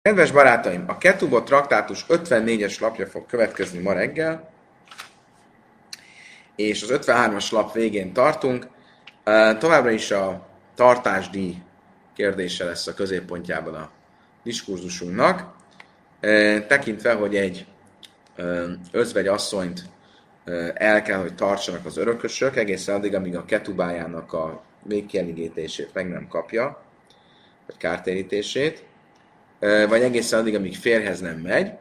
Kedves barátaim, a Ketubot traktátus 54-es lapja fog következni ma reggel, és az 53-as lap végén tartunk. Továbbra is a tartásdíj kérdése lesz a középpontjában a diskurzusunknak, tekintve, hogy egy özvegy asszonyt el kell, hogy tartsanak az örökösök, egészen addig, amíg a ketubájának a végkielégítését meg nem kapja, vagy kártérítését, vagy egészen addig, amíg férjhez nem megy,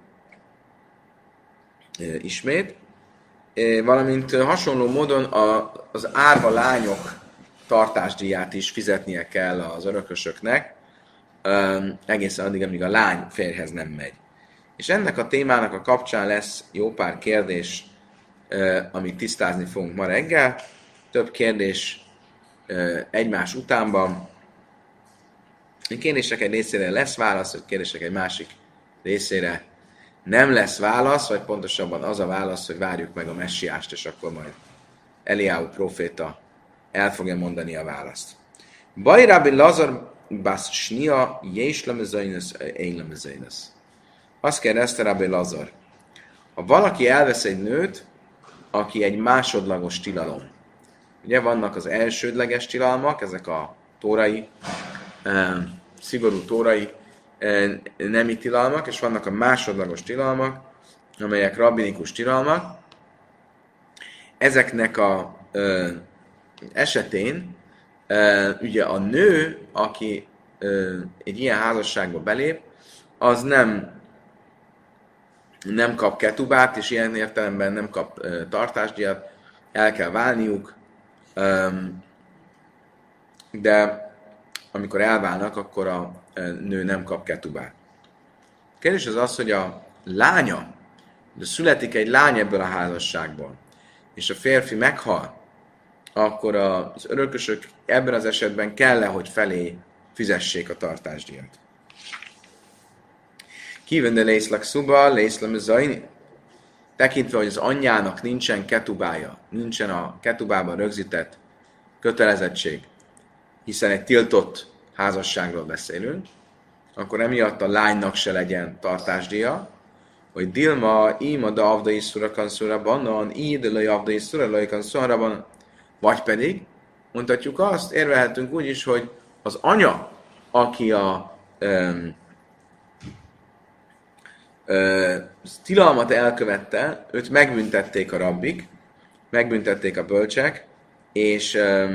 ismét, valamint hasonló módon az árva lányok tartásdíját is fizetnie kell az örökösöknek, egészen addig, amíg a lány férjhez nem megy. És ennek a témának a kapcsán lesz jó pár kérdés, amit tisztázni fogunk ma reggel. Több kérdés egymás utánban. A kérdések egy részére lesz válasz, vagy kérdések egy másik részére nem lesz válasz, vagy pontosabban az a válasz, hogy várjuk meg a messiást, és akkor majd Eliáhu próféta el fogja mondani a választ. Baj Rabbi Lazar bas Shnia Jésh lemezainas, én lemezainas. Azt kérdezte Rabbi Lazar, ha valaki elvesz egy nőt, aki egy másodlagos tilalom. Ugye vannak az elsődleges tilalmak, ezek a tórai, szigorú tórai nemi tilalmak, és vannak a másodlagos tilalmak, amelyek rabbinikus tilalmak. Ezeknek a esetén ugye a nő, aki egy ilyen házasságba belép, az nem kap ketubát, és ilyen értelemben nem kap tartásdíjat, el kell válniuk, de amikor elválnak, akkor a nő nem kap ketubát. A kérdés az, hogy a lánya, de születik egy lány ebből a házasságból, és a férfi meghal, akkor az örökösök ebben az esetben kell-e, hogy felé fizessék a tartásdíjat. Kívende lészlak szuba, lészlem zajni. Tekintve, hogy az anyjának nincsen ketubája, nincsen a ketubában rögzített kötelezettség, hiszen egy tiltott házasságról beszélünk, akkor emiatt a lánynak se legyen tartásdíja, hogy Dilma, ima da avda iszura kanszura banan, id le avda iszura le kanszura banan, vagy pedig, mondhatjuk azt, érvelhetünk úgy is, hogy az anya, aki a tilalmat elkövette, őt megbüntették a rabbik, megbüntették a bölcsek, és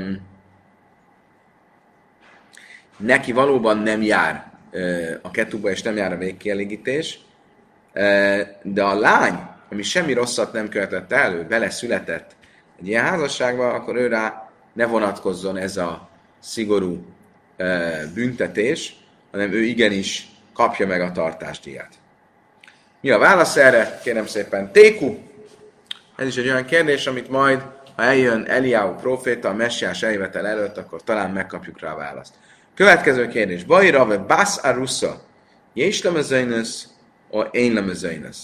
neki valóban nem jár a ketuba, és nem jár a végkielégítés, de a lány, ami semmi rosszat nem követett el, ő vele született egy ilyen házasságban, akkor őrá ne vonatkozzon ez a szigorú büntetés, hanem ő igenis kapja meg a tartásdíjat. Mi a válasz erre? Kérem szépen, Téku! Ez is egy olyan kérdés, amit majd, ha eljön Eliáhu próféta a messiás eljövetel előtt, akkor talán megkapjuk rá a választ. Következő kérdés. Bajra ve bász arusza, jés lemezainas, o én lemezainas.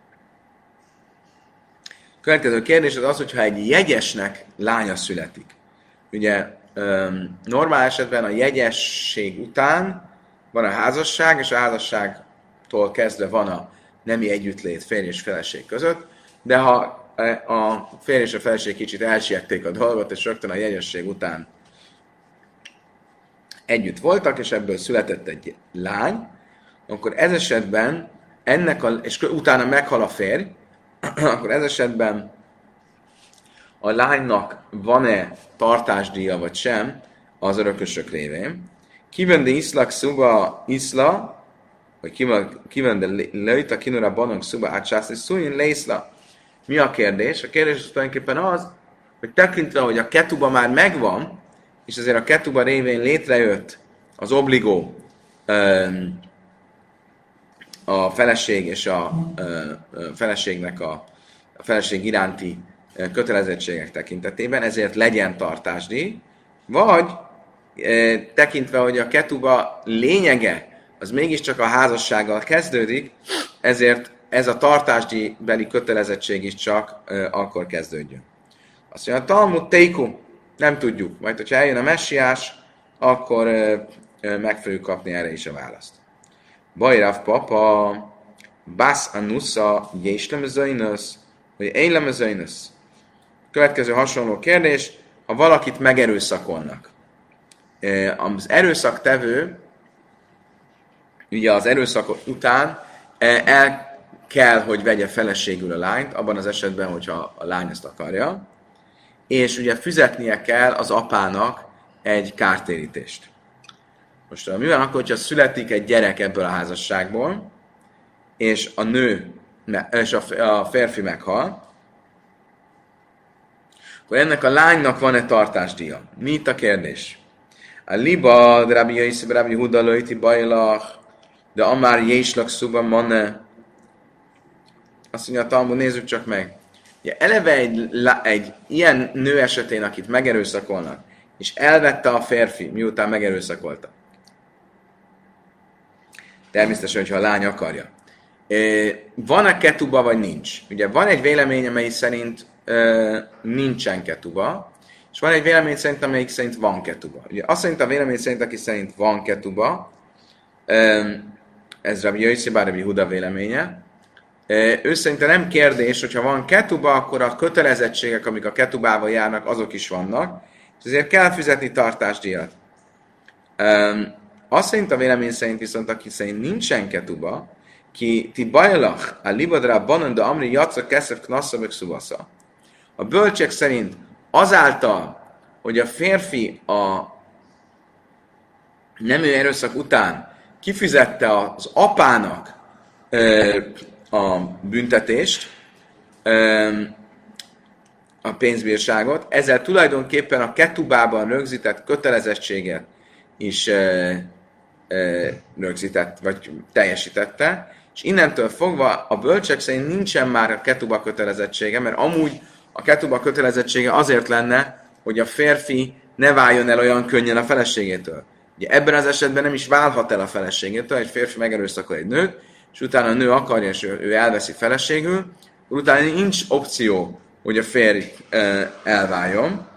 Következő kérdés az, hogyha egy jegyesnek lánya születik. Ugye normál esetben a jegyesség után van a házasság, és a házasságtól kezdve van a nemi együttlét férj és feleség között, de ha a férj és a feleség kicsit elsiették a dolgot, és rögtön a jegyesség után együtt voltak, és ebből született egy lány, akkor ez esetben és utána meghal a férj, akkor ez esetben a lánynak van-e tartásdíja vagy sem az örökösök révén. Kivende iszlak szuba iszla, vagy kivende lejta kinura banang szuba átsászni szújjön leiszla. Mi a kérdés? A kérdés az tulajdonképpen az, hogy tekintve, hogy a ketuba már megvan, és azért a ketuba révén létrejött az obligó, a feleség és a feleségnek a feleség iránti kötelezettségek tekintetében, ezért legyen tartásdíj, vagy tekintve, hogy a ketuba lényege az mégiscsak a házassággal kezdődik, ezért ez a tartásdíjbeli kötelezettség is csak akkor kezdődjön. Azt mondja, a Talmud Teiku, nem tudjuk. Majd, hogyha eljön a messiás, akkor meg fogjuk kapni erre is a választ. Bajráv papa, Bász Anusza, Jéslem vagy Éjlem Következő hasonló kérdés, ha valakit megerőszakolnak. Az erőszaktevő, ugye az erőszak után el kell, hogy vegye feleségül a lányt, abban az esetben, hogyha a lány ezt akarja, és ugye fizetnie kell az apának egy kártérítést. Most mi van akkor, hogyha születik egy gyerek ebből a házasságból, és a nő, és a férfi meghal, akkor ennek a lánynak van-e tartásdíja? Mi itt a kérdés? A liba, de Rabbi Yosef, Rabbi Huda, Lojti, Bajlach, de Amár Jéslak, Szuba, Manne. Azt mondja a Talmud, nézzük csak meg. Ugye eleve egy ilyen nő esetén, akit megerőszakolnak, és elvette a férfi, miután megerőszakolta. Természetesen, hogyha a lány akarja. Van-e ketuba, vagy nincs? Ugye van egy vélemény, amely szerint nincsen ketuba, és van egy vélemény szerint, amelyik szerint van ketuba. Ugye azt szerint a vélemény szerint, aki szerint van ketuba, ez Rabbi Yossi, bár Rabbi Huda véleménye, ő szerinte nem kérdés, hogyha van ketuba, akkor a kötelezettségek, amik a ketubával járnak, azok is vannak, és ezért kell fizetni tartásdíjat. Azt szerint a vélemény szerint viszont, aki szerint nincsen ketuba, ki ti bajlach, a libadra banan, de amri jatszak keszef knassza meg szuvasza. A bölcsek szerint azáltal, hogy a férfi a nemű erőszak után kifizette az apának a büntetést, a pénzbírságot, ezzel tulajdonképpen a ketubában rögzített kötelezettséget is rögzített, vagy teljesítette, és innentől fogva a bölcsek szerint nincsen már a ketuba kötelezettsége, mert amúgy a ketuba kötelezettsége azért lenne, hogy a férfi ne váljon el olyan könnyen a feleségétől. Ugye ebben az esetben nem is válhat el a feleségétől, egy férfi megerőszakol egy nőt, és utána a nő akarja, és ő elveszi feleségül, utána nincs opció, hogy a férj elváljon.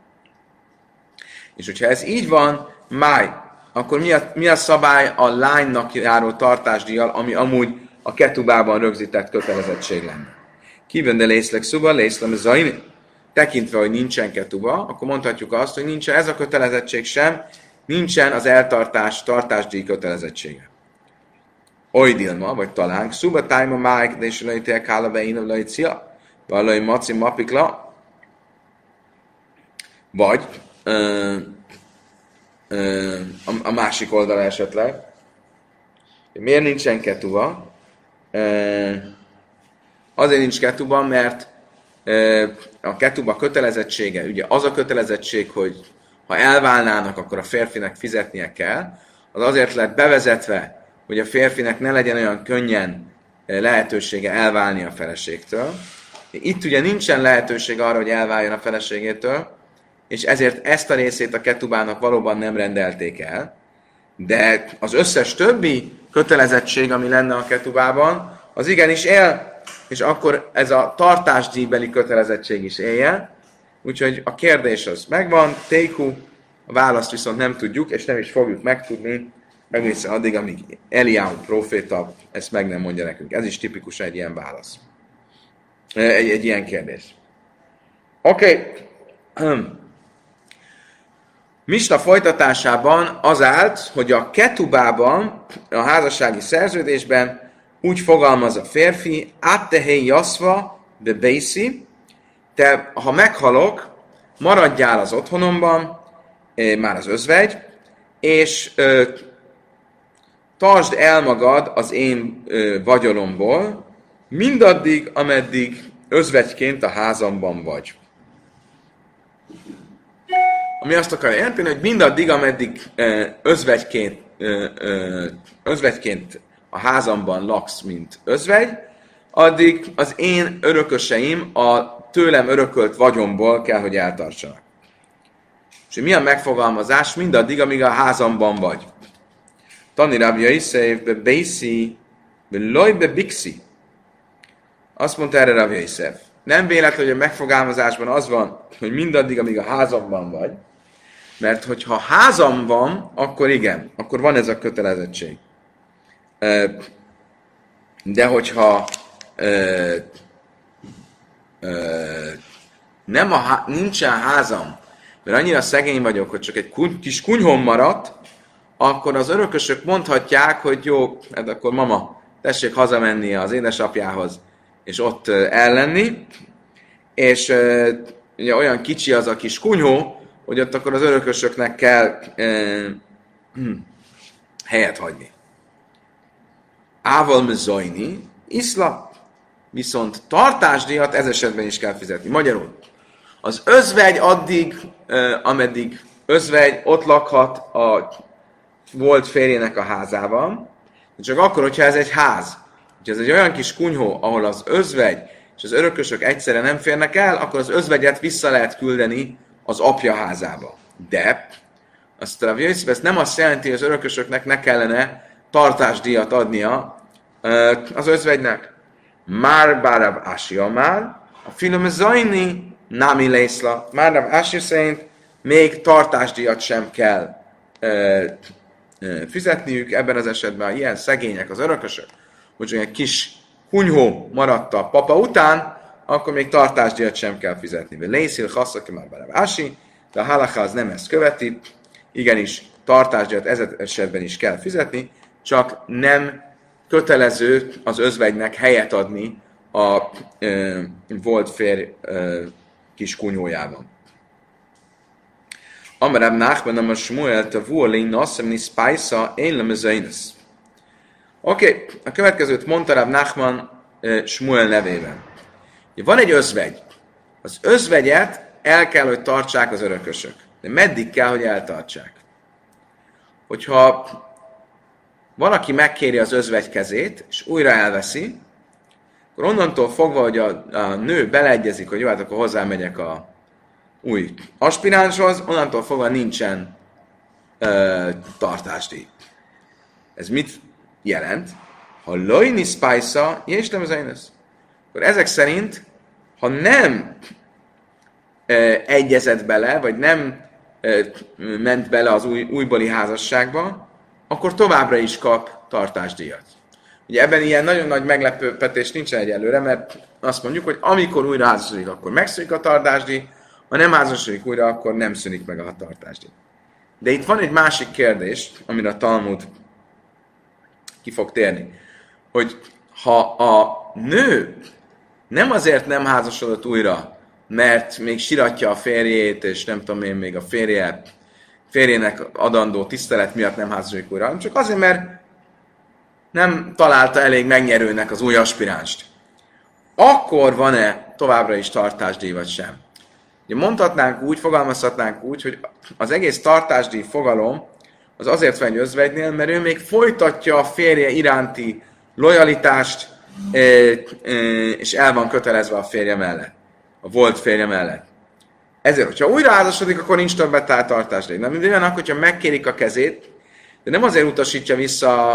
És hogyha ez így van, akkor mi a szabály a lánynak járó tartásdíjjal, ami amúgy a ketubában rögzített kötelezettség lenne? Kívül de lészlek szuba, lészlem zaini. Tekintve, hogy nincsen ketuba, akkor mondhatjuk azt, hogy nincsen ez a kötelezettség sem, nincsen az tartásdíj kötelezettsége. Ojdilma, vagy talán, szuba tájma májk, de is lejtél kála beina lejcia, valami maci mapikla, vagy a másik oldala esetleg. Miért nincsen ketuba? Azért nincs ketuba, mert a ketuba kötelezettsége, ugye az a kötelezettség, hogy ha elválnának, akkor a férfinek fizetnie kell, az azért lett bevezetve, hogy a férfinek ne legyen olyan könnyen lehetősége elválni a feleségtől. Itt ugye nincsen lehetőség arra, hogy elváljon a feleségétől, és ezért ezt a részét a ketubának valóban nem rendelték el, de az összes többi kötelezettség, ami lenne a ketubában, az igenis él, és akkor ez a tartásdíjbeli kötelezettség is éljen. Úgyhogy a kérdés az megvan, téku, a választ viszont nem tudjuk, és nem is fogjuk megtudni, egészen addig, amíg Eliáhu próféta ezt meg nem mondja nekünk. Ez is tipikus egy ilyen válasz. Egy ilyen kérdés. Oké. Misna folytatásában az állt, hogy a ketubában, a házassági szerződésben úgy fogalmaz a férfi, áttehé jaszva be beiszi, te, ha meghalok, maradjál az otthonomban, már az özvegy, és tartsd el magad az én vagyonomból, mindaddig, ameddig özvegyként a házamban vagy. Ami azt akarja jelenteni, hogy mindaddig, ameddig özvegyként a házamban laksz, mint özvegy, addig az én örököseim a tőlem örökölt vagyomból kell, hogy eltartsanak. És mi a megfogalmazás? Mindaddig, amíg a házamban vagy. Tani Rabbi Yosef, be Beiszi, be Loj, be Bixi. Azt mondta erre Rabbi Yosef. Nem véletlen, hogy a megfogalmazásban az van, hogy mindaddig, amíg a házamban vagy, mert hogyha házam van, akkor igen, akkor van ez a kötelezettség. De hogyha nincsen házam, mert annyira szegény vagyok, hogy csak egy kis kunyhom maradt, akkor az örökösök mondhatják, hogy jó, hát akkor mama, tessék hazamenni az édesapjához, és ott ellenni, és ugye olyan kicsi az a kis kunyhó, hogy ott akkor az örökösöknek kell helyet hagyni. Ával mezojni, iszla, viszont tartásdíjat ez esetben is kell fizetni. Magyarul, az özvegy addig, ameddig özvegy ott lakhat a volt férjének a házában, csak akkor, hogyha ez egy ház, hogyha ez egy olyan kis kunyhó, ahol az özvegy és az örökösök egyszerre nem férnek el, akkor az özvegyet vissza lehet küldeni az apja házába. De azt a Jöjszöv, ez nem azt jelenti, hogy az örökösöknek ne kellene tartásdíjat adnia az özvegynek. Már Bárav Ási már, a filomezajni námi lészla. Már Rav Ási szerint még tartásdíjat sem kell fizetniük ebben az esetben, ha ilyen szegények az örökösök, hogy olyan kis kunyhó maradt a papa után, akkor még tartásdíjat sem kell fizetni. Lészil hasszaki már Bárav Ási, de a halacha az nem ezt követi, igenis tartásdíjat ez esetben is kell fizetni, csak nem kötelező az özvegynek helyet adni a volt férj kis kunyójában. Amarab Nachman amar Shmuel tavuoli nassem ni spájsza én lemezainis. Oké, a következőt mondta Rab Nachman Shmuel nevében. Van egy özvegy. Az özvegyet el kell, hogy tartsák az örökösök. De meddig kell, hogy eltartsák? Hogyha valaki megkéri az özvegy kezét, és újra elveszi, akkor onnantól fogva, hogy a nő beleegyezik, hogy jó, hát akkor hozzámegyek a új aspiránshoz, onnantól fogva nincsen tartásdíj. Ez mit jelent? Ha lojni spájsza, és nem az énesz. Akkor ezek szerint, ha nem egyezett bele, vagy nem ment bele az újbóli házasságba, akkor továbbra is kap tartásdíjat. Ugye ebben ilyen nagyon nagy meglepetés nincsen egyelőre, mert azt mondjuk, hogy amikor újra házasodik, akkor megszűnik a tartásdíj, ha nem házasodik újra, akkor nem szűnik meg a tartásdíj. De itt van egy másik kérdés, amire a Talmud ki fog térni, hogy ha a nő nem azért nem házasodott újra, mert még siratja a férjét, és nem tudom én, még a férjének adandó tisztelet miatt nem házasodik újra, hanem csak azért, mert nem találta elég megnyerőnek az új aspiránst. Akkor van-e továbbra is tartásdíj, vagy sem? Ugye mondhatnánk úgy, fogalmazhatnánk úgy, hogy az egész tartásdíj fogalom az azért van egy özvegynél, mert ő még folytatja a férje iránti lojalitást, és el van kötelezve a férje mellett, a volt férje mellett. Ezért, hogyha újra házasodik, akkor nincs többet tartásdíj. Nem mindig olyanak, hogyha megkérik a kezét, de nem azért utasítja vissza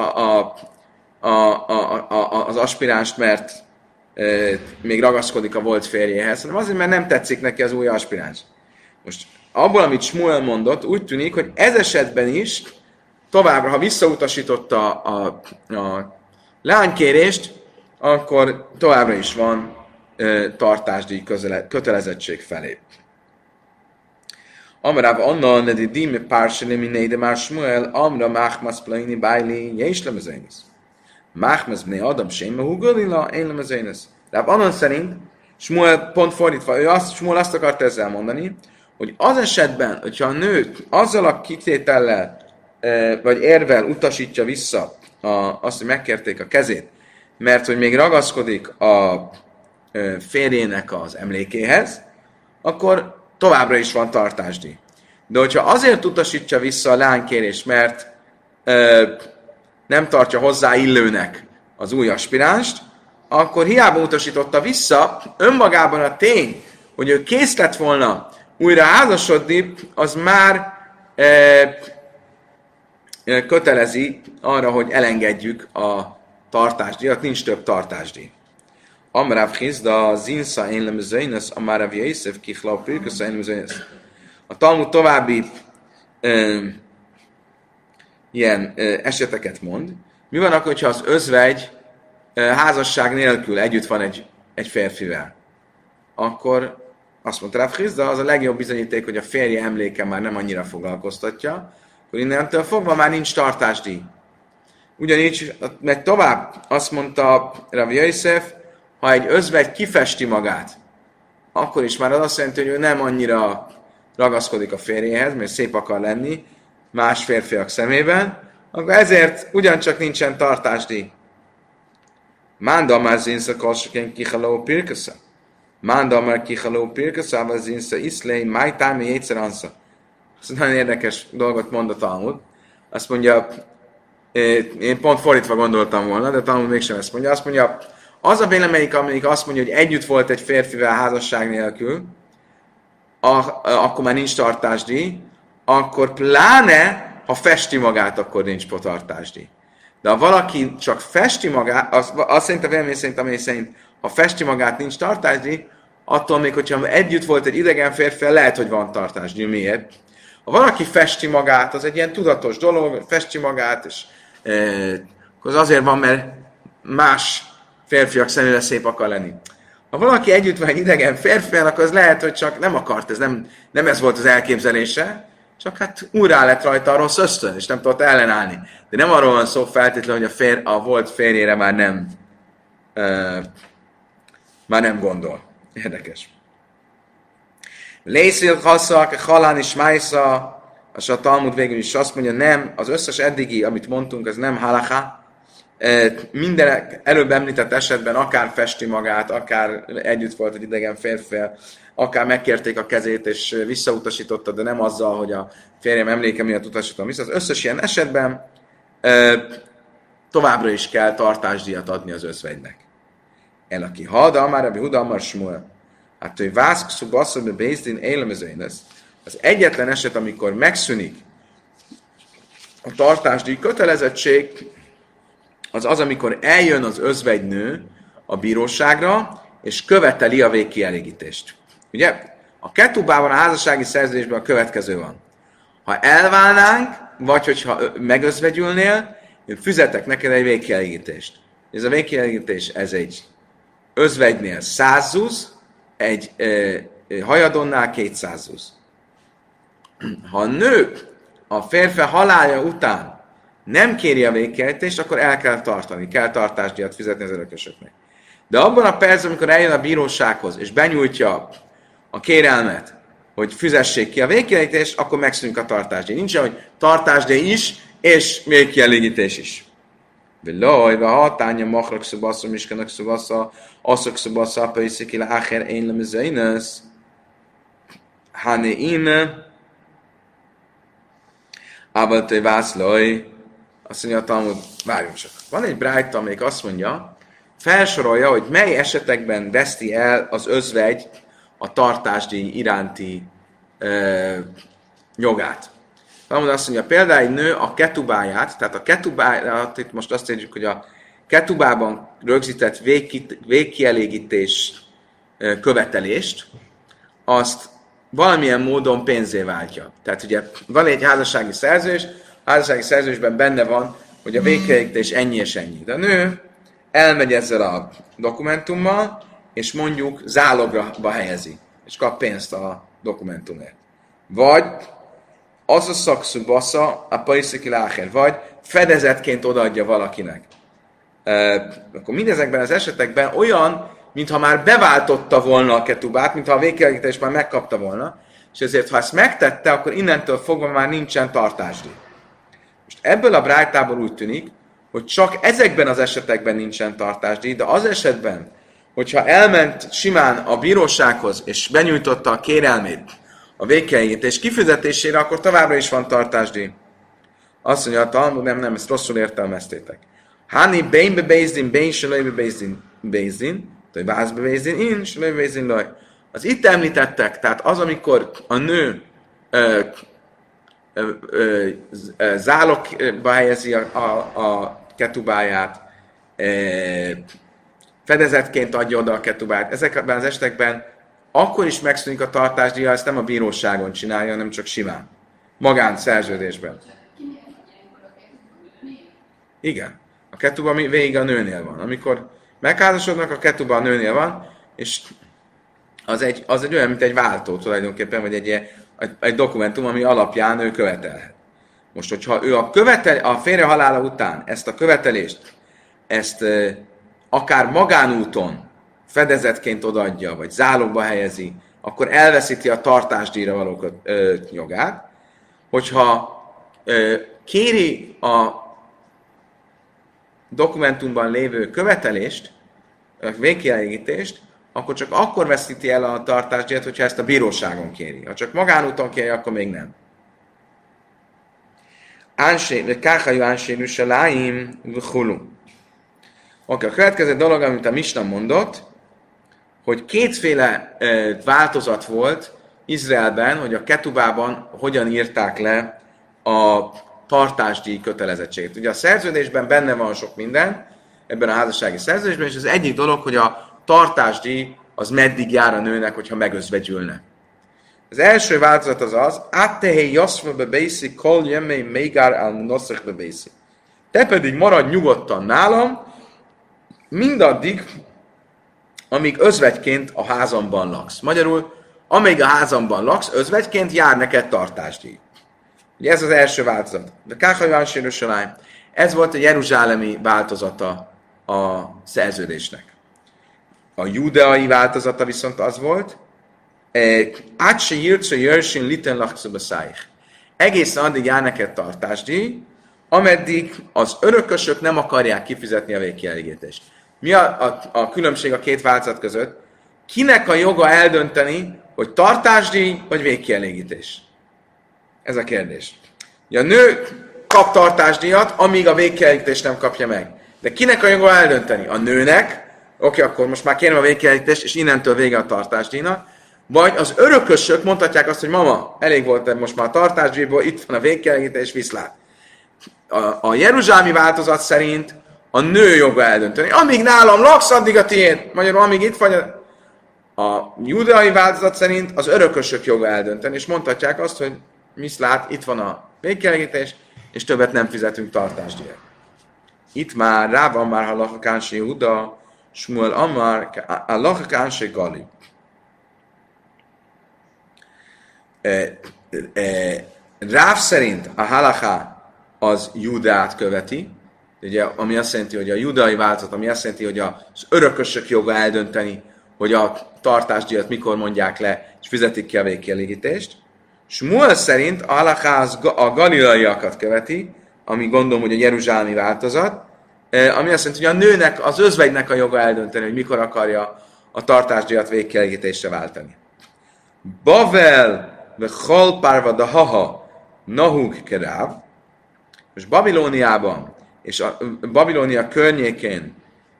az aspiránst, mert még ragaszkodik a volt férjéhez, hanem azért, mert nem tetszik neki az új aspiráns. Most abból, amit Shmuel mondott, úgy tűnik, hogy ez esetben is továbbra, ha visszautasította a leánykérést, akkor továbbra is van tartásdíj kötelezettség felé. Amráv Anna nedidime pársele minéde már Shmuel, amra máchmasz plaini bájli, és lemezénisz. Máchmasz bné Adam séma húgalila, én lemezénisz. Ráv Anna szerint Shmuel pont fordítva, Shmuel azt akart ezzel mondani, hogy az esetben, hogyha a nő azzal a kitétellel, vagy érvel utasítja vissza azt, hogy megkérték a kezét, mert hogy még ragaszkodik a férjének az emlékéhez, akkor továbbra is van tartásdíj. De hogyha azért utasítja vissza a leánykérést, mert nem tartja hozzá illőnek az új aspiránst, akkor hiába utasította vissza, önmagában a tény, hogy ő kész lett volna újra házasodni, az már kötelezi arra, hogy elengedjük a tartásdíjat, nincs több tartásdíj. Amráv Hizda, Zinsa, én lemezőinesz, Amárav Jészef, Kichlau, Pirkusza, én lemezőinesz. A Talmud további ilyen eseteket mond, Mi van akkor, hogyha az özvegy házasság nélkül együtt van egy férfivel? Akkor azt mondta Rav Hizda, az a legjobb bizonyíték, hogy a férje emléke már nem annyira foglalkoztatja, akkor innentől fogva már nincs tartásdíj. Ugyanígy, meg tovább, azt mondta Rav Yosef, ha egy özvegy kifesti magát, akkor is már az azt jelenti, hogy ő nem annyira ragaszkodik a férjéhez, mert szép akar lenni más férfiak szemében, akkor ezért ugyancsak nincsen tartásdíj. Mánda már zinsze kalsokén kichaló pirkasza. Mánda már kichaló pirkasza, vagy zinsze iszlei, májtámi jétszer ansza. Ez nagyon érdekes dolgot mond a Talmud. Azt mondja, én pont fordítva gondoltam volna, de Talmud mégsem ezt mondja. Azt mondja, az a vélemény, amelyik azt mondja, hogy együtt volt egy férfivel házasság nélkül, akkor már nincs tartásdíj, akkor pláne, ha festi magát, akkor nincs tartásdíj. De ha valaki csak festi magát, azt szerint a vélemény szerint, amely szerint, ha festi magát, nincs tartásdíj, attól még, hogyha együtt volt egy idegen férfivel, lehet, hogy van tartásdíj. Miért? Ha valaki festi magát, az egy ilyen tudatos dolog, festi magát, és az azért van, mert más férfiak szemére szép akar lenni. Ha valaki együtt van egy idegen férfivel, akkor az lehet, hogy csak nem akart, nem ez volt az elképzelése, csak hát úrrá lett rajta a rossz ösztön, és nem tudott ellenállni. De nem arról van szó feltétlenül, hogy a volt férjére már nem gondol. Érdekes. Lészil haszak, halán is májsza, a Talmud végül is azt mondja, nem, az összes eddigi, amit mondtunk, az nem halaká. Minden előbb említett esetben akár festi magát, akár együtt volt egy idegen férfivel, akár megkérték a kezét és visszautasította, de nem azzal, hogy a férjem emléke miatt utasítom vissza. Az összes ilyen esetben továbbra is kell tartásdíjat adni az özvegynek. El aki hada, már Rabbi Huda, már Smuel. Hát, hogy vászk szubaszol, bézdin élemezőin lesz. Az egyetlen eset, amikor megszűnik a tartásdíj kötelezettség, az az, amikor eljön az özvegynő a bíróságra, és követeli a végkielégítést. Ugye? A ketubában, a házassági szerződésben a következő van. Ha elválnánk, vagy hogyha megözvegyülnél, én fizetek neked egy végkielégítést. Ez a végkielégítés, ez egy özvegynél 100 zusz, egy hajadonnál 200 zusz. Ha a nő a férfi halálja után nem kéri a végkielégítést, akkor el kell tartani, kell tartásdíjat fizetni az örökösöknek. De abban a percben, amikor eljön a bírósághoz, és benyújtja a kérelmet, hogy fizessék ki a végkielégítést, akkor megszűnik a tartásdíj. Nincs olyan, hogy tartásdíj is, és végkielégítés is. Vilaj, va hatánya, machrak szubasza, miskanak szubasza, aszok szubasza, pöjszik ila áher, én lemezeinesz, hane ine, ávaltai vászlaj, azt mondja a Talmud, várjunk csak. Van egy brájta, amelyik azt mondja, felsorolja, hogy mely esetekben veszti el az özvegy a tartásdíj iránti jogát. Talmud azt mondja, például egy nő a ketubáját, tehát a ketubáját, itt most azt értjük, hogy a ketubában rögzített végkielégítés követelést, azt valamilyen módon pénzé váltja. Tehát ugye van egy házassági szerződés, a házassági szerződésben benne van, hogy a végkielégítés ennyi és ennyi. De a nő elmegy ezzel a dokumentummal, és mondjuk zálogra helyezi, és kap pénzt a dokumentumért. Vagy az a szakszubasza a paisziki láher, vagy fedezetként odaadja valakinek. Akkor mindezekben az esetekben olyan, mintha már beváltotta volna a ketubát, mintha a végkielégítést már megkapta volna, és ezért, ha ezt megtette, akkor innentől fogva már nincsen tartásdíj. Most ebből a brájtából úgy tűnik, hogy csak ezekben az esetekben nincsen tartásdíj, de az esetben, hogyha elment simán a bírósághoz, és benyújtotta a kérelmét a végkielégítés kifizetésére, akkor továbbra is van tartásdíj. Azt mondja a Talmud, nem, ezt rosszul értelmeztétek. Hani beinbe bézdin, bein selőbe bézdin, vagy bázbe bézdin, in selőbe bézdin laj. Az itt említettek, tehát az, amikor a nő zálogba helyezi a ketubáját, fedezetként adja oda a ketubát. Ezekben az esetekben akkor is megszűnik a tartásdíj, ezt nem a bíróságon csinálja, hanem csak simán. Magánszerződésben. Igen. ketuba végig a nőnél van. Amikor megházasodnak, a ketuba a nőnél van, és az egy olyan, mint egy váltó tulajdonképpen, vagy egy dokumentum, ami alapján ő követelhet. Most, hogyha ő a férje halála után ezt a követelést, akár magánúton fedezetként odaadja, vagy zálogba helyezi, akkor elveszíti a tartásdíjra való jogát. Hogyha kéri a dokumentumban lévő követelést, a végkielégítést, akkor csak akkor veszíti el a tartásdíjat, hogyha ezt a bíróságon kéri. Ha csak magánúton kéri, akkor még nem. Káhajú ánsérű se láim vhulu. Oké, a következő dolog, amit a Misna mondott, hogy kétféle változat volt Izraelben, hogy a ketubában hogyan írták le a tartásdíj kötelezettséget. Ugye a szerződésben benne van sok minden, ebben a házassági szerződésben, és az egyik dolog, hogy a tartásdíj az meddig jár a nőnek, hogyha megözvegyülne. Az első változat az, Attehé jaszva bebészi, kol jömmé mégár al munoszak bebészi. Te pedig maradj nyugodtan nálam, mindaddig, amíg özvegyként a házamban laksz. Magyarul, amíg a házamban laksz, özvegyként jár neked tartásdíj. Ugye ez az első változat. De Káhajú Sérősalány, ez volt a jeruzsálemi változata a szerződésnek. A judeai változata viszont az volt, Átse írtsa jörsén liten lakszöbeszájh. Egészen addig jár neked tartásdíj, ameddig az örökösök nem akarják kifizetni a végkielégítést. Mi a különbség a két változat között? Kinek a joga eldönteni, hogy tartásdíj vagy végkielégítés? Ez a kérdés. A nő kap tartásdíjat, amíg a végkielégítést nem kapja meg. De kinek a joga eldönteni? A nőnek, oké, akkor most már kérem a végkielégítést, és innentől vége a tartásdíjnak. Vagy az örökösök mondhatják azt, hogy mama, elég volt most már a tartásdíjból, itt van a végkielégítés, viszlát. A jeruzsálemi változat szerint a nő joga eldönteni. Amíg nálam laksz, addig a tiéd. Magyarul, amíg itt vagy, a judeai változat szerint az örökösök joga eldönteni, és mondhatják azt, hogy viszlát, itt van a végkielégítés, és többet nem fizetünk tartásdíjat. Itt már rá van már halacha kánsi Júda, Smuel Amar, halacha kánsi Gali. Ráv szerint a halacha az Júdát követi, ugye, ami azt jelenti, hogy a judai változat, ami azt jelenti, hogy az örökösök joga eldönteni, hogy a tartásdíjat mikor mondják le, és fizetik ki a végkielégítést. Smuel szerint a halacha a galilaiakat követi, ami gondolom, hogy a jeruzsálemi változat, ami azt jelenti, hogy a nőnek, az özvegynek a joga eldönteni, hogy mikor akarja a tartásdíjat végkielégítésre váltani. Bavel ve chol parva da haha nahug keráv, és Babilóniában és a Babilónia környékén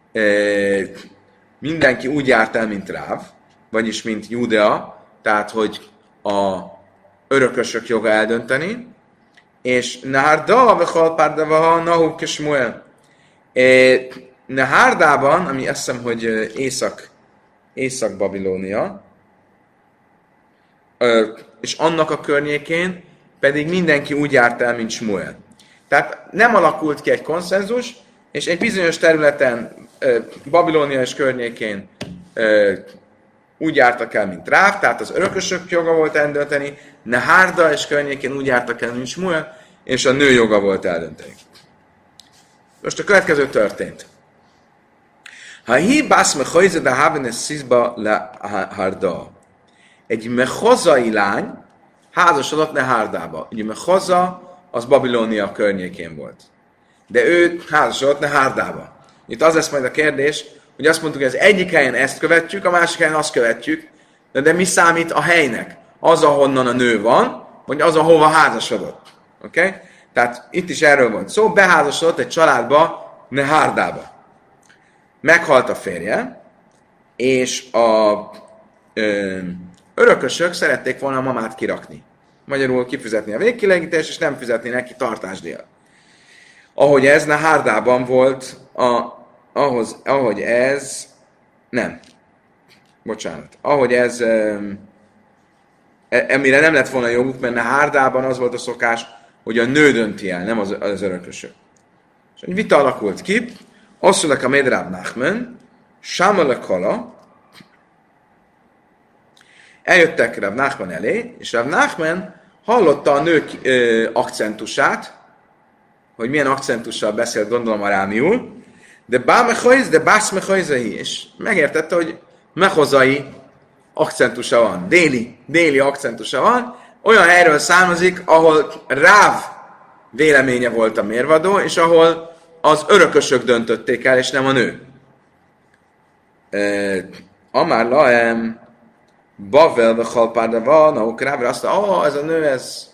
mindenki úgy járt el, mint Ráv, vagyis mint Júdea, tehát hogy a örökösök joga eldönteni, és Nehárda ve chol parva da haha nahug ke Smuel. Nehárdában, ami azt hiszem, hogy Észak-Babilónia, és annak a környékén pedig mindenki úgy járt el, mint Smuel. Tehát nem alakult ki egy konszenzus, és egy bizonyos területen, Babilónia és környékén úgy jártak el, mint Ráv, tehát az örökösök joga volt eldönteni, Nehárda és környékén úgy jártak el, mint Smuel, és a nő joga volt eldönteni. Most a következő történt. Ha hi bász mechojze de hábenes szizba le Harda. Egy mechozai lány házasodott Nehárdába. Ugye Mechoza az Babilónia környékén volt. De ő házasodott Nehárdába. Itt az lesz majd a kérdés, hogy azt mondtuk, hogy az egyik helyen ezt követjük, a másik helyen azt követjük, de mi számít a helynek? Az, ahonnan a nő van, vagy az, ahova házasodott. Oké? Okay? Tehát itt is erről van szó, beházasodott egy családba, Nehárdába. Meghalt a férje, és a örökösök szerették volna a mamát kirakni. Magyarul kifizetni a végkielégítést, és nem fizetni neki tartásdíjat. Ahogy ez Nehárdában volt, ahogy ez amire nem lett volna joguk, mert Nehárdában az volt a szokás, hogy a nő dönti el, nem az örökösök. És egy vita alakult ki, asszulek a Médráb Nachman, Sámalek Kala, eljöttek Rav Nachman elé, és Rav Nachman hallotta a nők akcentusát, hogy milyen akcentussal beszélt, gondolom arámiul, de bász mechajzehi, és megértette, hogy mechozai akcentusa van, déli akcentusa van, olyan helyről származik, ahol Ráv véleménye volt a mérvadó, és ahol az örökösök döntötték el, és nem a nő. Amár laem, Bavel ve Chalpádava, Nauk Ráv, azt mondta, ez a nő, ez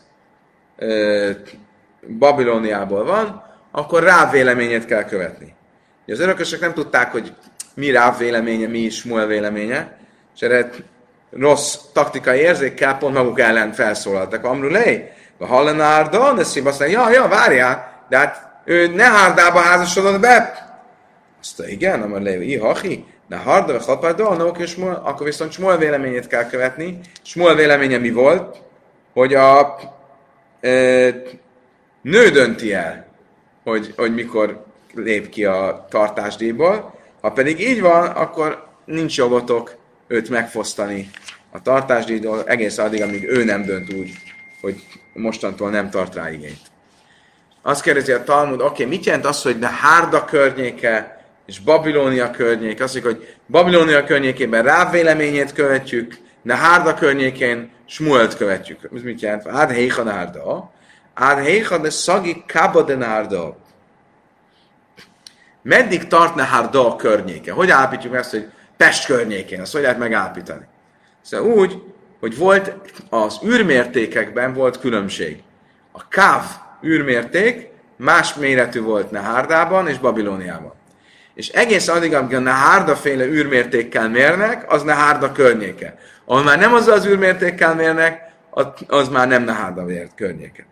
Babilóniából van, akkor Ráv véleményét kell követni. Az örökösök nem tudták, hogy mi Ráv véleménye, mi Smuel véleménye, és erre rossz taktikai érzékkel pont maguk ellen felszólaltak. Amrulé, a Hallenárda, de szív azt mondja, várjál, de hát ő Nehárdába házasodott be. Azt mondja, igen, Amrulé, hachi, Nehárda, vagy Halpárda, akkor viszont Smuel véleményét kell követni. Smuel véleménye mi volt? Hogy a nő dönti el, hogy mikor lép ki a tartásdíjból. Ha pedig így van, akkor nincs jogotok őt megfosztani a tartásdíjból egész addig, amíg ő nem dönt úgy, hogy mostantól nem tart rá igényt. Azt kérdezi a Talmud, oké, mit jelent az, hogy Nehárda környéke és Babilónia környéke? Azt mondjuk, hogy Babilónia környékében Ráv véleményét követjük, Nehárda környékén Smuelt követjük. Ez mit jelent? Ád héha Nehárda. Ád héha de szagi kába de Nehárda. Meddig tart Nehárda a környéke? Hogy állapítjuk ezt, hogy Pest környékén? Azt hogy lehet megállapítani? Szóval úgy, hogy volt az űrmértékekben volt különbség. A káv űrmérték más méretű volt Nehárdában és Babilóniában. És egész addig, amíg a Nehárda féle űrmértékkel mérnek, az Nehárda környéke. Ahol már nem azzal az űrmértékkel mérnek, az már nem Nehárda környéke.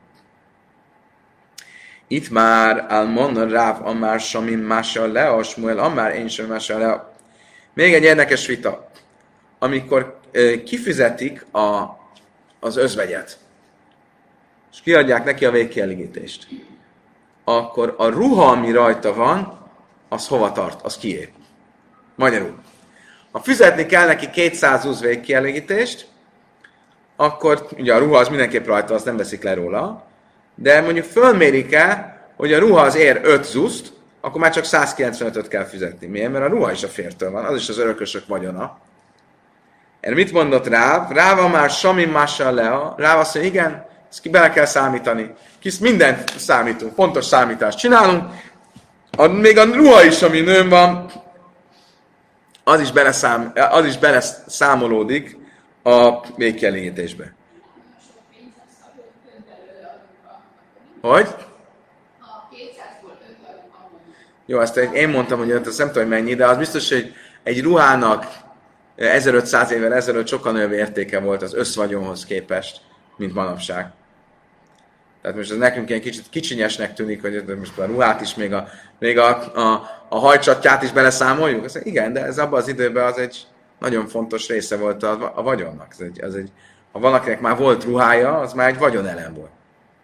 Itt már Almon Ráv Amár Samim Mása Lea, Smuel Amár Én sem Mása Lea. Még egy érdekes vita. Amikor kifizetik az özvegyet, és kiadják neki a végkielégítést, akkor a ruha, ami rajta van, az hova tart? Az kié. Magyarul. Ha fizetni kell neki 220 végkielégítést, akkor ugye a ruha az mindenképp rajta, azt nem veszik le róla, de mondjuk fölmérik-e, hogy a ruha az ér 5 zuszt, akkor már csak 195-öt kell fizetni. Miért? Mert a ruha is a fértől van, az is az örökösök vagyona. Erre mit mondott Ráv? Ráv már Samim Mása Lea. Ráv azt mondja, igen, ezt bele kell számítani. Mindent számítunk, pontos számítást csinálunk. Még a ruha is, ami nőn van, az is beleszámolódik a végkielégítésbe. Hogy? Jó, ezt én mondtam, hogy azt nem tudom, hogy mennyi, de az biztos, hogy egy ruhának 1500 évvel ezelőtt sokkal nagyobb értéke volt az összvagyonhoz képest, mint manapság. Tehát most ez nekünk ilyen kicsit kicsinyesnek tűnik, hogy most a ruhát is, még a hajcsatját is beleszámoljuk. Azt igen, de ez abban az időben az egy nagyon fontos része volt a vagyonnak. Ha valakinek már volt ruhája, az már egy vagyonelem volt.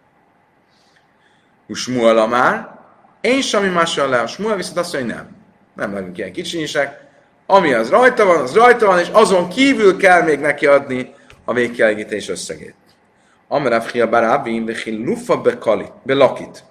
Smuel már, én semmi mással le, a Smuel viszont azt mondja, hogy nem legyünk ilyen kicsinyisek, ami az rajta van, és azon kívül kell még neki adni a végkielégítés összegét. Amarav Chia Barabin, Vechil Lufa Belakit.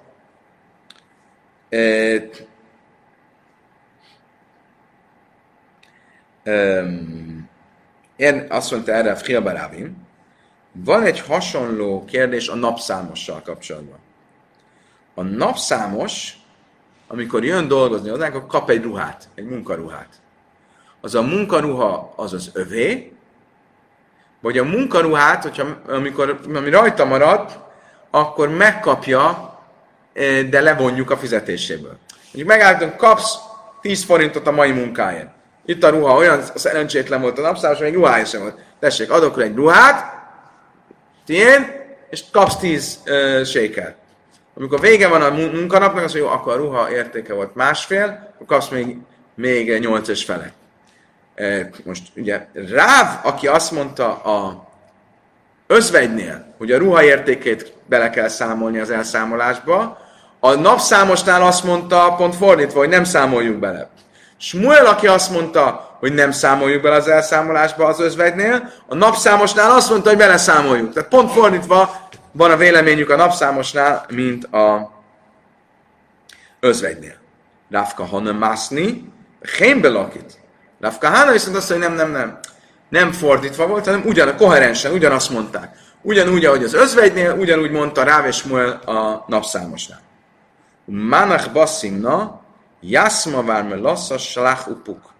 Én azt mondta erre Chia Barabin, van egy hasonló kérdés a napszámossal kapcsolatban. A napszámos, amikor jön dolgozni hozzánk, akkor kap egy ruhát, egy munkaruhát. Az a munkaruha az az övé, vagy a munkaruhát, ami rajta marad, akkor megkapja, de levonjuk a fizetéséből. Mondjuk megállítunk, kapsz 10 forintot a mai munkáért. Itt a ruha olyan szerencsétlen volt a napszámos, még ruhája sem volt. Tessék, adok egy ruhát, tiéd, és kapsz 10 sékelt. Amikor vége van a munkanapnak, azt mondja, jó, akkor a ruha értéke volt 1,5, akkor kapsz még 8 felett. Most ugye Ráv, aki azt mondta a özvegynél, hogy a ruha értékét bele kell számolni az elszámolásba, A napszámosnál azt mondta, pont fordítva, hogy nem számoljuk bele. Smuel, aki azt mondta, hogy nem számoljuk bele az elszámolásba az özvegynél, a napszámosnál azt mondta, hogy beleszámoljuk. Tehát pont fordítva van a véleményük a napszámosnál, mint a özvegynél. Rafka hanem mászni, hénbe lakít. Rafka Hána viszont azt mondja, hogy nem. Nem fordítva volt, hanem koherensen, ugyanazt mondták. Ugyanúgy, ahogy az özvegynél, ugyanúgy mondta Ráv és Smuel a napszámosnál. Manach basszimna, jászma várme lassza, slach upuk.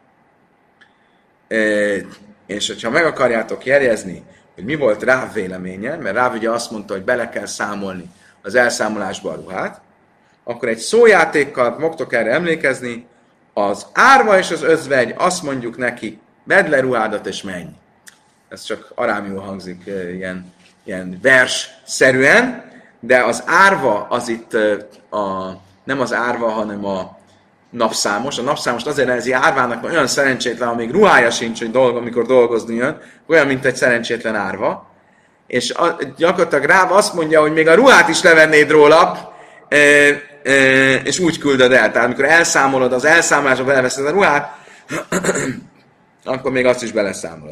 És hogyha meg akarjátok jegyezni, hogy mi volt Ráv véleménye, mert Ráv ugye azt mondta, hogy bele kell számolni az elszámolásba a ruhát, akkor egy szójátékkal fogtok erre emlékezni, az árva és az özvegy, azt mondjuk neki, vedd le ruhádat és menj. Ez csak arámiul hangzik ilyen vers-szerűen, de az árva az itt nem az árva, hanem a napszámos. A napszámost azért nevezi árvának, mert olyan szerencsétlen, ha még ruhája sincs, hogy amikor dolgozni jön, olyan, mint egy szerencsétlen árva. És gyakorlatilag Ráv azt mondja, hogy még a ruhát is levennéd róla, és úgy küldöd el. Tehát amikor elszámolod, az elszámolásba beleveszed a ruhát, akkor még azt is beleszámolod.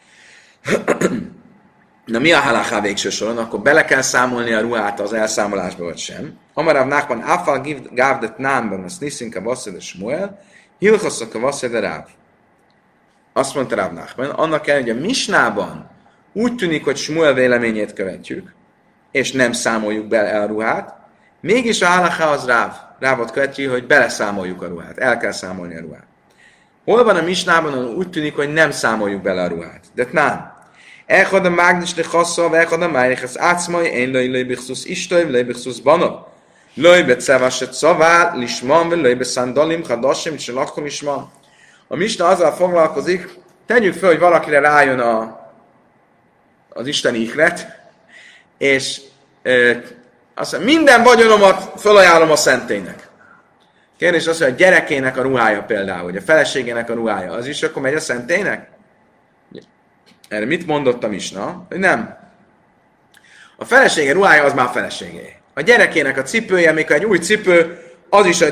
Na mi a halaká végső soron? Akkor bele kell számolni a ruhát az elszámolásba, vagy sem. Hamarabb Nachman Afal gávdet námban, azt niszinka vasszed a Smuel, hilchaszok a vasszed a Ráv. Azt mondta Ráv Nachman, annak el, hogy a Misnában úgy tűnik, hogy Smuel véleményét követjük, és nem számoljuk bele a ruhát, mégis a halaká az Rávot követjük, hogy beleszámoljuk a ruhát, el kell számolni a ruhát. Hol van a Misnában, úgy tűnik, hogy nem számoljuk bele a ruhát. De nem. Echad a mágnis le chassza, echad a májich az átszmai, én löj bichszusz istöj, löj bichszusz bana. Löj be cevaset szavá, lisman, löj be szandalim, hadasim, és lakom isman. A Misna azzal foglalkozik, tegyük fel, hogy valakire rájön az isteni ihlet, és azt mondja, minden vagyonomat felajánlom a szentélynek. Kérdés az, hogy a gyerekének a ruhája például, hogy a feleségének a ruhája, az is akkor megy a szentélynek? Erre mit mondott a Misna? Hogy nem. A felesége ruhája az már a feleségé. A gyerekének a cipője, még egy új cipő, az is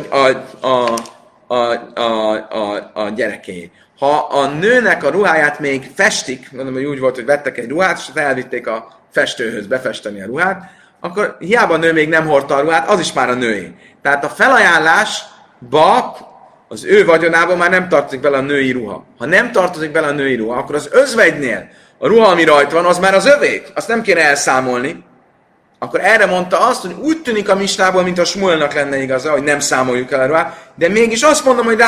a gyereké. Ha a nőnek a ruháját még festik, mondom, hogy úgy volt, hogy vettek egy ruhát, és elvitték a festőhöz befesteni a ruhát, akkor hiába a nő még nem hordta a ruhát, az is már a nőé. Tehát a felajánlásba az ő vagyonában már nem tartozik bele a női ruha. Ha nem tartozik bele a női ruha, akkor az özvegynél a ruha, ami rajta van, az már az övék. Azt nem kéne elszámolni. Akkor erre mondta azt, hogy úgy tűnik a Misnából, mint a Smuelnak lenne igaza, hogy nem számoljuk el a ruhát, de mégis azt mondom, hogy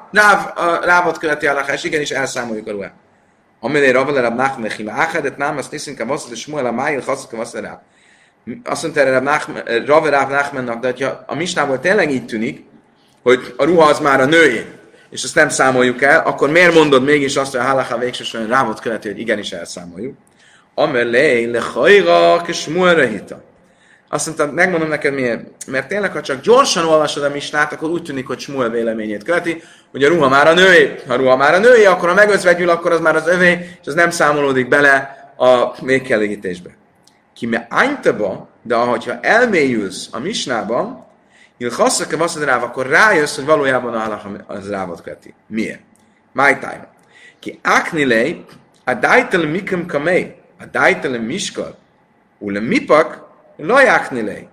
Rávot követi a lakás, igenis elszámoljuk a ruhát. Amelé Ravalerabb Nachmechim Áchedet nem, azt niszünk a vasszat, és Smuel a májil haszak a vasszat Ráv. Azt mondta erre Rav Nachmannak, de hogyha a Misnából tényleg így tűnik, hogy a ruha az már a nőjé, és azt nem számoljuk el, akkor miért mondod mégis azt, hogy a halaká végsősorban Rávot követi, hogy igenis elszámoljuk? Amelé lechajra ke Smuelre hita. Azt mondta, megmondom neked miért. Mert tényleg, ha csak gyorsan olvasod a Misnát, akkor úgy tűnik, hogy Smuel véleményét követi, hogy a ruha már a nőjé. Ha a ruha már a nőjé, akkor ha megözvegyül, akkor az már az övé, és az nem számolódik bele a végkielégítésbe. Kime ánytaba, de ha elmélyülsz a Misnában, ilchasszak-e vasszad Ráv, akkor rájössz, hogy valójában a halakha az Rávot követi. Miért? My time. Ki áknilei, a dájtele mikem kamei, a dájtele miskal, ule mipak, lajáknilei.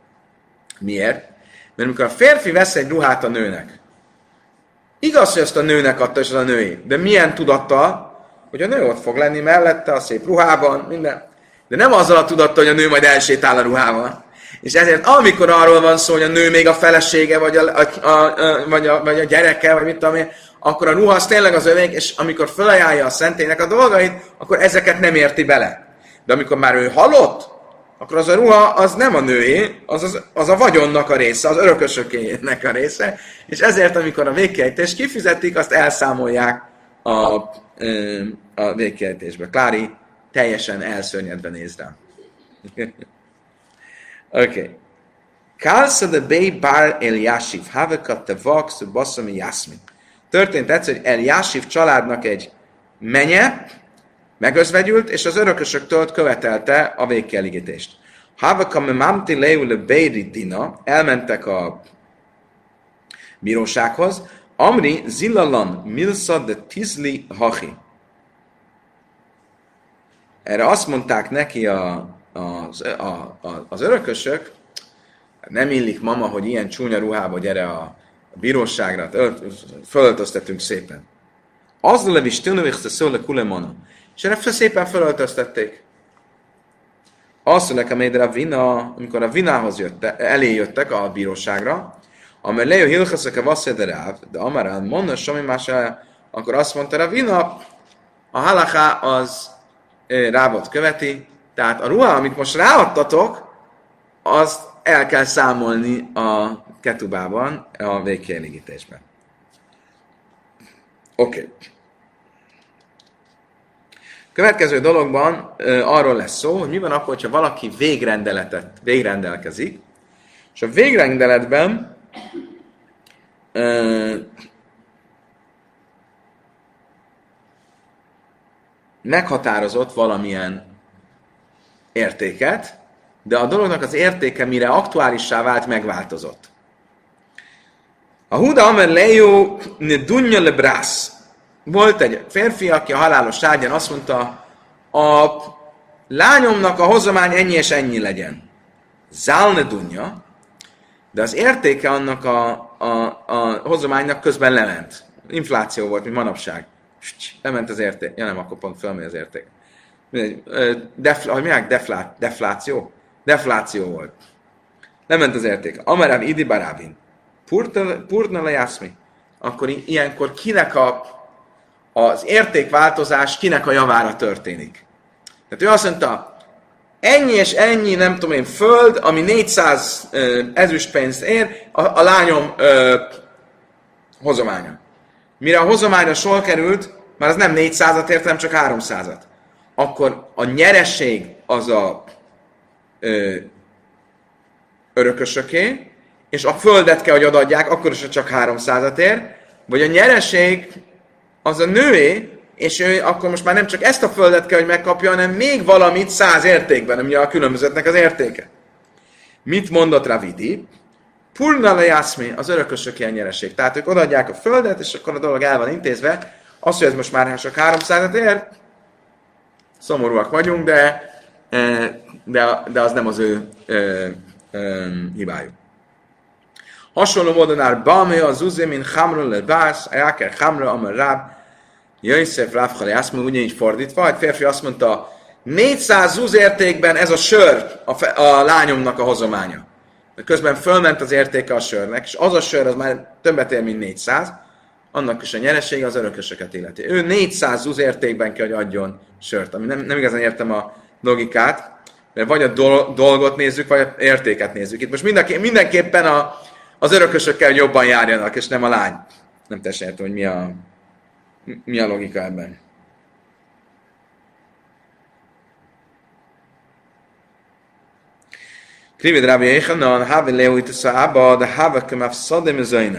Miért? Mert amikor a férfi vesz egy ruhát a nőnek, igaz, hogy ezt a nőnek adta, és az a női, de milyen tudattal, hogy a nő ott fog lenni mellette, a szép ruhában, minden. De nem azzal a tudattal, hogy a nő majd elsétál a ruhával. És ezért amikor arról van szó, hogy a nő még a felesége, vagy a gyereke, vagy mit tudom én, akkor a ruha az tényleg az övék, és amikor felajánlja a szentélynek a dolgait, akkor ezeket nem érti bele. De amikor már ő halott, akkor az a ruha az nem a nőé, az a vagyonnak a része, az örökösökének a része, és ezért amikor a végkiejtést kifizetik, azt elszámolják a végkiejtésbe. Klári teljesen elszörnyedve néz rá. Oké. Kálsza de Bey Bar Eliashiv, Havekat te Vax, Basszami Jászmin. Történt egyszer, hogy Eliashiv családnak egy menye megözvegyült, és az örökösöktől követelte a végkielégítést. Havakam mamti leule beiri dina, elmentek a bírósághoz, Amri zillalan milsa de tizli hachi. Erre azt mondták neki az örökösök, nem illik mama, hogy ilyen csúnya ruhába gyere a bíróságra, fölöltöztetünk szépen. Az levis tűnövichte szőle kulemana. És erre szépen fölöltöztették. Azt mondják, amelyre a vina, amikor a vinához elé jöttek a bíróságra, amely lejő hilchaszak a vasszederáv, de amarán mondna semmi más, akkor azt mondta, a vina, a halaká az rávot követi, tehát a ruha, amit most ráadtatok, azt el kell számolni a ketubában, a végkielégítésben. Oké. Következő dologban arról lesz szó, hogy mi van akkor, ha valaki végrendelkezik, és a végrendeletben meghatározott valamilyen értéket, de a dolognak az értéke, mire aktuálissá vált, megváltozott. A Huda Amer Lejó Dunja Lebrász. Volt egy férfi, aki a halálos ágyán azt mondta, a lányomnak a hozomány ennyi és ennyi legyen. Zálne Dunja, de az értéke annak a hozománynak közben lement. Infláció volt, mint manapság. Lement az érték. Ja nem, akkor pont fölmegy az érték. Defláció? Defláció volt. Lement az érték. Amarav idi barávin. Purtna lejászmi. Akkor ilyenkor kinek az értékváltozás kinek a javára történik. Tehát ő azt mondta, ennyi és ennyi, nem tudom én, föld, ami 400 ezüstpénzt ér, a lányom hozománya. Mire a hozományra sor került, már az nem 400-at ért, hanem csak 300-at. Akkor a nyereség az a örökösöké, és a földet kell, hogy odaadják, akkor is csak 300-at ér, vagy a nyereség az a nőé, és ő akkor most már nem csak ezt a földet kell, hogy megkapja, hanem még valamit 100 értékben, ami a különbözetnek az értéke. Mit mondott Ravidi? Purna lejászmi, az örökösök ilyen nyereség. Tehát ők odaadják a földet, és akkor a dolog el van intézve. Az, hogy ez most már csak 300-at ér, szomorúak vagyunk, de az nem az ő hibájuk. Hasonló módon áll Bame, az Uzemin, Hamra, Lebász, Ajáker, Hamra, Amar Ráb, Jöjszef, Ráfhali, azt mondja, ugyanígy fordítva, egy férfi azt mondta, 400 zuz értékben ez a sör a lányomnak a hozománya. De közben fölment az értéke a sörnek, és az a sör az már többet ér, mint 400, annak is a nyeresége az örökösöket illeti. Ő 400 zuz értékben kell, hogy adjon sört, ami nem igazán értem a logikát, mert vagy a dolgot nézzük, vagy a értéket nézzük. Itt most mindenképpen az örökösökkel jobban járjanak, és nem a lány. Nem teljesen értem, hogy mi a logika ebben. Krivid Rabbi Yechanan, Havi Leuit Sa'aba, de Havakem Afszadem Zöjne.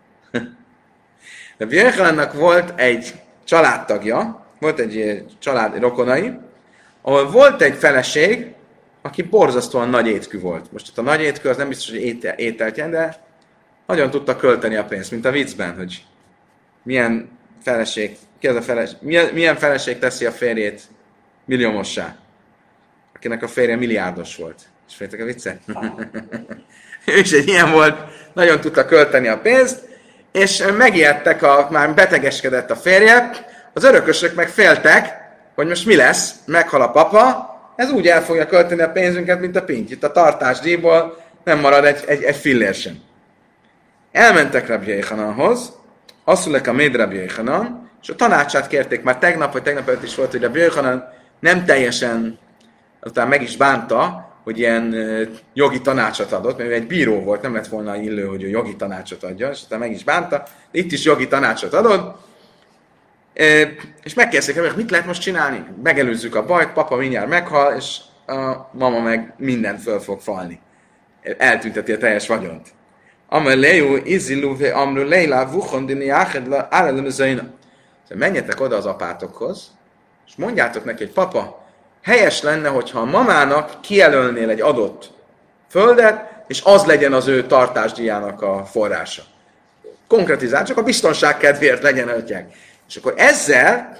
Rabbi Yechanannak volt egy családtagja, volt egy család rokonai, ahol volt egy feleség, aki borzasztóan nagy étkű volt. Most itt a nagy étkű az nem biztos, hogy ételt jelent, de nagyon tudta költeni a pénzt, mint a viccben, hogy milyen feleség, milyen feleség teszi a férjét milliómossá, akinek a férje milliárdos volt. És féltek a viccet? Ő is egy ilyen volt, nagyon tudta költeni a pénzt, és megijedtek, már betegeskedett a férje, az örökösök meg féltek, hogy most mi lesz, meghal a papa, ez úgy el fogja költeni a pénzünket, mint a pinty. Itt a tartásdíjból nem marad egy fillér sem. Elmentek Rabbi Yechananhoz, asszulek a méd Rabbi Yechanan, és a tanácsát kérték már tegnap, vagy tegnap előtt is volt, hogy Rabbi Yechanan nem teljesen, aztán meg is bánta, hogy ilyen jogi tanácsot adott, mert ő egy bíró volt, nem lett volna illő, hogy ő jogi tanácsot adja, és aztán meg is bánta, de itt is jogi tanácsot adott, és megkérdezték, hogy mit lehet most csinálni? Megelőzzük a bajt, papa mindjárt meghal, és a mama meg mindent föl fog falni. Eltünteti a teljes vagyont. Amel lejú, izilúvé, amru leilá, vuchondini, áhedla, árelem zöjna. Menjetek oda az apátokhoz, és mondjátok neki, hogy papa, helyes lenne, hogyha a mamának kijelölnél egy adott földet, és az legyen az ő tartásdíjának a forrása. Konkretizál, csak a biztonság kedvéért legyen ötják. És akkor ezzel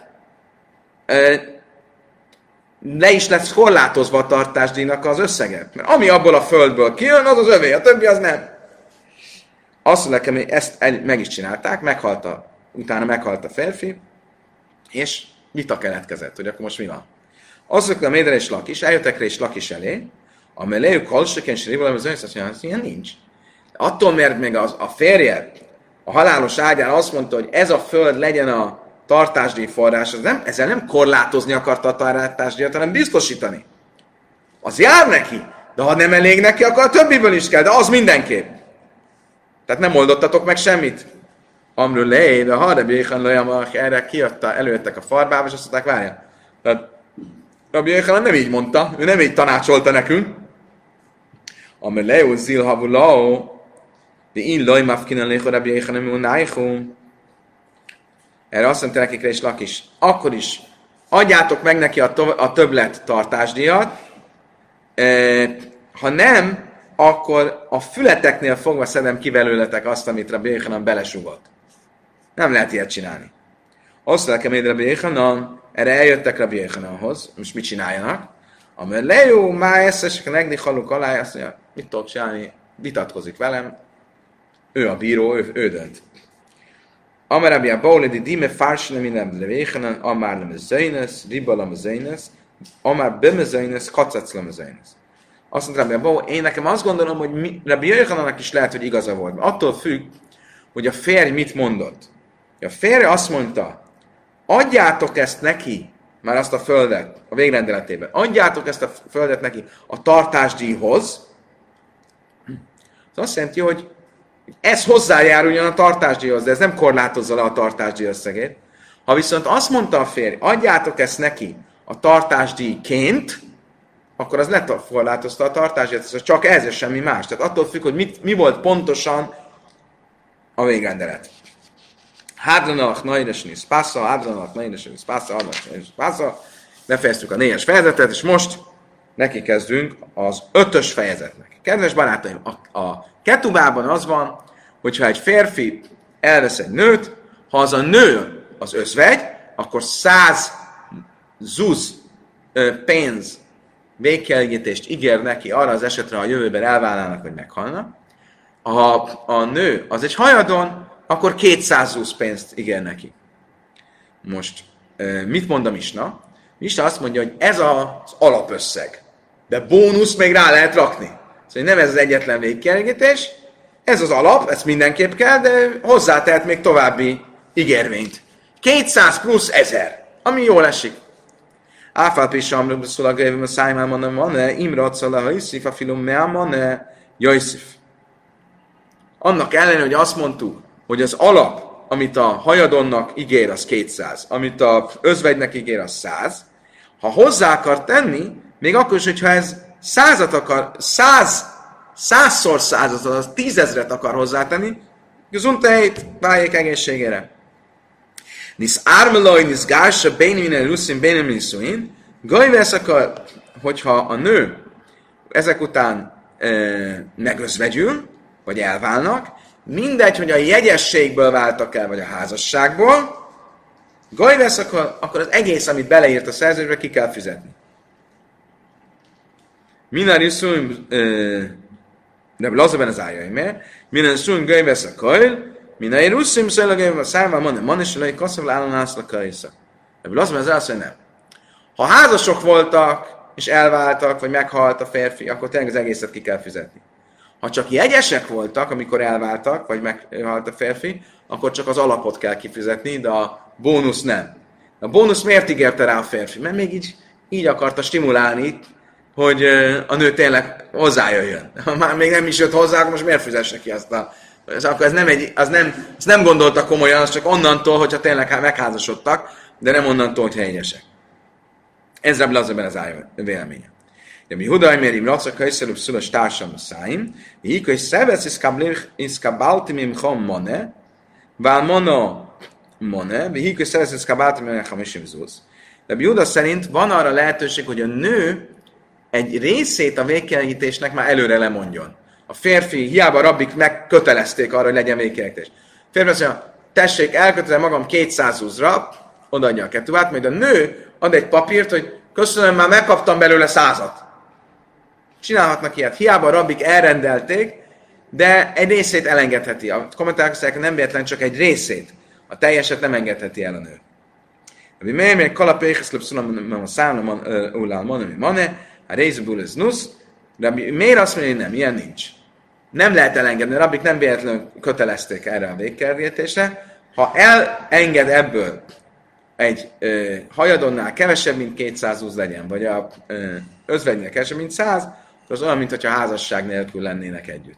le is lesz korlátozva a tartásdíjnak az összeget. Mert ami abból a földből kijön, az az övé, a többi az nem. Azt mondják, hogy ezt meg is csinálták, utána meghalt a férfi, és vita keletkezett, hogy akkor most mi van. Azok a Méder és Lakis, eljöttek rá és Lakis elé, amely lejük halsöken és rivalami az azt mondja, hogy ilyen nincs. Attól, mert még a férje a halálos ágyán azt mondta, hogy ez a föld legyen a tartásdíj forrás, ezzel nem korlátozni akarta a tartásdíjat, hanem biztosítani. Az jár neki, de ha nem elég neki, akkor a többiből is kell, de az mindenképp. Tehát nem oldottatok meg semmit. Amről lej, de ha Rabbi Jéhan erre előjöttek a farbába, és azt mondták, várjál. Tehát Rabbi Jéhan nem így mondta, ő nem így tanácsolta nekünk. Amről lej, zilhavu lao, de én lajmáv kínálnék a Rabbi Jéhan nem unájhum. Erre azt mondta nekik és Lakis, akkor is adjátok meg neki a többlet tartásdíjat, ha nem, akkor a fületeknél fogva szedem ki belőletek azt, amit Rabbi Jéhanan belesugott. Nem lehet ilyet csinálni. Azt mondják, hogy Rabbi Jéhanan, erre eljöttek Rabbi Jéhananhoz, most mit csináljanak? Amely lejó, má eszesek, negni haluk alá, azt mondja, mit tudok csinálni, vitatkozik velem, ő a bíró, ő dönt. Amar Rabbi Abauledi dime fársene minden levéhenen, amár lemezeinesz, riba lemezeinesz, amár bemezeinesz, kacac lemezeinesz. Azt mondta Rabbi Abaul, én nekem azt gondolom, hogy Rabbi Jéhanannak is lehet, hogy igaza volt. Attól függ, hogy a férj mit mondott. A férj azt mondta, adjátok ezt neki, már azt a földet, a végrendeletében, adjátok ezt a földet neki a tartásdíjhoz, az azt jelenti, hogy ez hozzájáruljon a tartásdíjhoz, de ez nem korlátozza le a tartásdíj összegét. Ha viszont azt mondta a férj, adjátok ezt neki a tartásdíjként, akkor az lekorlátozta a tartásdíjat, ez csak ez és semmi más. Tehát attól függ, hogy mi volt pontosan a végrendelet. Hádranalak naidesni szpásza, hádranalak naidesni szpásza, hádranalak naidesni szpásza. Befejeztük a 4-es fejezetet, és most neki kezdünk az 5-ös fejezetnek. Kedves barátaim, a ketubában az van, hogyha egy férfi elvesz egy nőt, ha az a nő az özvegy, akkor 100 zuz pénz végkielégítést ígér neki arra az esetre, ha a jövőben elválnának, vagy meghalnak. Ha a nő az egy hajadon, akkor 200 zuz pénzt ígér neki. Most mit mond a Misna? Misna azt mondja, hogy ez az alapösszeg, de bónusz még rá lehet rakni. Szóval nem ez az egyetlen végkielégítés, ez az alap, ezt mindenképp kell, de hozzátehet még további ígérvényt. 200 plusz 1000, ami jól esik. Áfálp és Amruk szólagrévem a szájmában van-e, Imra Acala, ha iszif, a filum meáman-e, Jajszif. Annak ellenére, hogy azt mondtuk, hogy az alap, amit a hajadonnak ígér, az 200, amit az özvegynek ígér, az 100, ha hozzá akar tenni, még akkor is, hogyha ez 100-at akar, 100-szor 100-at, az 10 000-et akar hozzátenni, gesundheit, váljék egészségére. Nisz ármelaj, nisz gársa, béniminen, ruszin, béniminen, szuin, gajvesz akar, hogyha a nő ezek után megözvegyül, vagy elválnak, mindegy, hogy a jegyességből váltak el, vagy a házasságból, gajvesz akkor az egész, amit beleírt a szerződésbe, ki kell fizetni. Minden iszúim, de lazában az álljai, mert minden iszúim gajvesz a kajl, minden iszúim szajla gajvesz a szájban, man is lej kasszav állánászla kajsza. De lazában az álljai, nem. Ha házasok voltak, és elváltak, vagy meghalt a férfi, akkor tényleg az egészet ki kell fizetni. Ha csak jegyesek voltak, amikor elváltak, vagy meghalt a férfi, akkor csak az alapot kell kifizetni, de a bónusz nem. A bónusz miért ígérte rá a férfi? Mert még így akarta stimulálni, hogy a nő tényleg hozzájöjjön. Ha már még nem is jött hozzá, akkor most miért fizesse ki azt a... Akkor ezt nem gondolta komolyan, az csak onnantól, hogyha tényleg megházasodtak, de nem onnantól, hogy jegyesek. Ez Rabbi Lazarben az véleménye. De mi hudaj mérim racak hajszerűbb szülös társam a száim, hík, hogy szevesz iszkabaltim imchom mone, vál mono mone, hík, hogy szevesz iszkabaltim imchom hamisim zúz. De Júda szerint van arra lehetőség, hogy a nő egy részét a végkielégítésnek már előre lemondjon. A férfi, hiába a rabbik megkötelezték arra, hogy legyen végkielégítés. A férfi azt mondja, tessék, elkötelezem magam 220-ra, odaadja a ketubát, majd a nő ad egy papírt, hogy köszönöm, már megkaptam belőle 100-at. Csinálhatnak ilyet. Hiába a rabbik elrendelték, de egy részét elengedheti. A kommentárok azt mondják, nem véletlen csak egy részét. A teljeset nem engedheti el a nő. Miért még kalapékhez löpszulom a számla ullál manami mane, a részből ez nusz, de miért azt mondja, hogy nem, ilyen nincs. Nem lehet elengedni, a rabbik nem véletlenül kötelezték erre a végkerültésre. Ha elenged ebből egy hajadonnál kevesebb, mint 220 legyen, vagy a özvegynél kevesebb, mint 100, akkor az olyan, mintha házasság nélkül lennének együtt.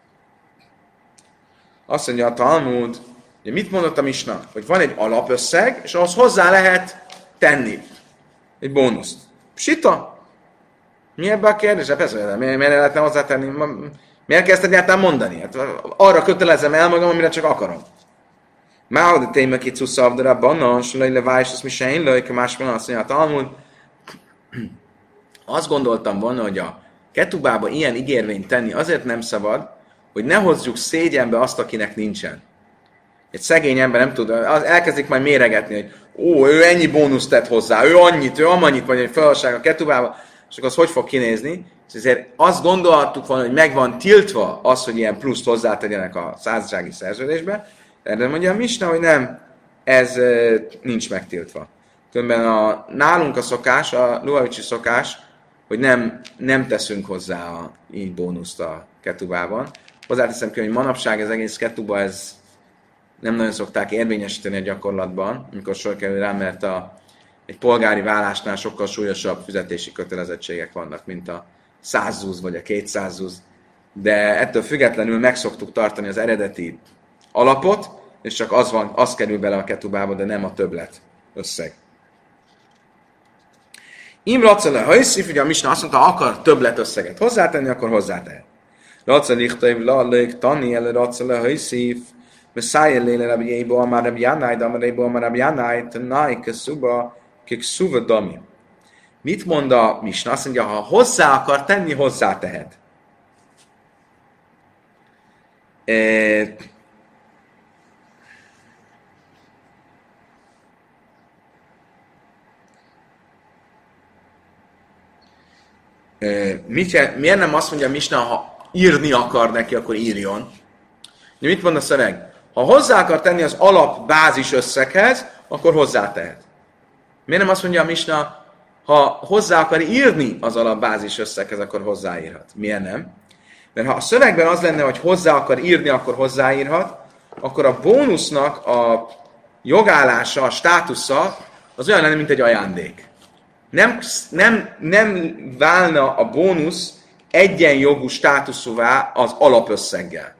Azt mondja a Talmud, hogy mit mondott a Misna? Hogy van egy alapösszeg, és ahhoz hozzá lehet tenni egy bónuszt. Sita? Mi ebben a kérdés? Persze, miért lehetne hozzátenni? Miért kezdted egyáltalán mondani? Hát arra kötelezem el magam, amire csak akarom. Már de téma ki cusszavdra, bannan, sulaj levájs, azt mi se én lőjük, másban azt mondja a Talmud. Azt gondoltam volna, hogy a ketubába ilyen ígérvényt tenni azért nem szabad, hogy ne hozzuk szégyenbe azt, akinek nincsen. Egy szegény ember nem tud, elkezdik majd méregetni, hogy ő ennyi bónuszt tett hozzá, ő amannyit, vagy egy felhasság a ketubába, és akkor az hogy fog kinézni? És ezért azt gondolhattuk volna, hogy meg van tiltva az, hogy ilyen pluszt hozzátegyenek a századsági szerződésbe, de mondja a Misna, hogy nem, ez nincs megtiltva. Különben nálunk a szokás, a Luhavicsi szokás, hogy nem teszünk hozzá így bónuszt a ketubában. Hozzáteszem ki, hogy manapság az egész ketuba, ez nem nagyon szokták érvényesíteni a gyakorlatban, amikor sor kerül rá, mert egy polgári vállásnál sokkal súlyosabb fizetési kötelezettségek vannak, mint a 100 zuz vagy a 200 zuz. De ettől függetlenül meg szoktuk tartani az eredeti alapot, és csak az kerül bele a ketubába, de nem a többlet összeg. Imracele hajszív, ugye a Misna azt mondta, ha akar többlet összeget hozzátenni, akkor hozzátehet. Racele ichtaiv lallék, tani ele racele hajszív, Messiah léle Rabbi Jébo, amár Rabbi Jánáj, de amár Jébo, amár Rabbi Jánáj, tanai keszuba, kekszuva dami. Mit mond a Misna? Azt mondja, ha hozzá akar tenni, hozzátehet. Miért nem azt mondja a Misna, ha írni akar neki, akkor írjon? Mit mond a szöveg? Ha hozzá akar tenni az alap bázis összeghez, akkor hozzátehet. Miért nem azt mondja a Misna, ha hozzá akar írni az alap bázis összeghez, akkor hozzáírhat? Miért nem? Mert ha a szövegben az lenne, hogy hozzá akar írni, akkor hozzáírhat, akkor a bónusznak a jogállása, a státusza az olyan lenne, mint egy ajándék. Nem válna a bónusz egyenjogú státuszúvá az alapösszeggel.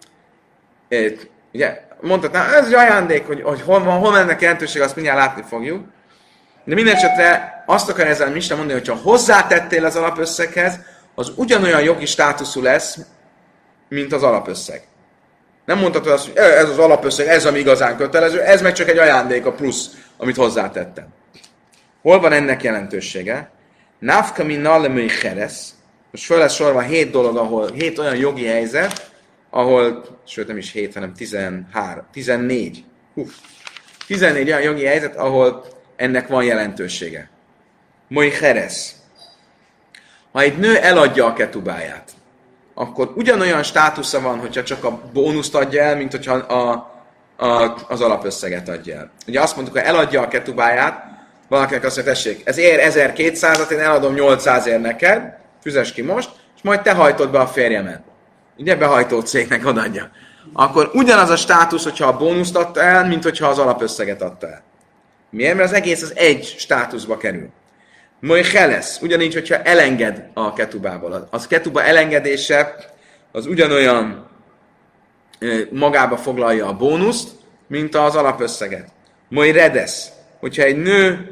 Ugye, mondhatnám, ez egy ajándék, hogy hol ennek jelentőség, azt mindjárt látni fogjuk. De minden esetre azt akar ezzel Misna mondani, hogy ha hozzátettél az alapösszeghez, az ugyanolyan jogi státuszú lesz, mint az alapösszeg. Nem mondhatod azt, hogy ez az alapösszeg, ez ami igazán kötelező, ez meg csak egy ajándék, a plusz, amit hozzátettem. Hol van ennek jelentősége? Nafka min nalemui cheres. Most föl lesz sorva 7 dolog, 7 olyan jogi helyzet, ahol, sőt nem is 7, hanem 14. 14 olyan jogi helyzet, ahol ennek van jelentősége. Moi cheres. Ha egy nő eladja a ketubáját, akkor ugyanolyan státusza van, hogyha csak a bónuszt adja el, mint hogyha az alapösszeget adja el. Ugye azt mondtuk, hogy eladja a ketubáját, valakinek azt mondja, tessék, ez ér 1200-at, én eladom 800-ért neked, füzess ki most, és majd te hajtod be a férjemet. Ugye behajtó cégnek odaadja. Akkor ugyanaz a státusz, hogyha a bónuszt adta el, mint hogyha az alapösszeget adta el. Miért? Mert az egész az egy státuszba kerül. Moi cheles, ugyanígy, hogyha elenged a ketubából. Az ketuba elengedése az ugyanolyan magába foglalja a bónuszt, mint az alapösszeget. Moi redes, hogyha egy nő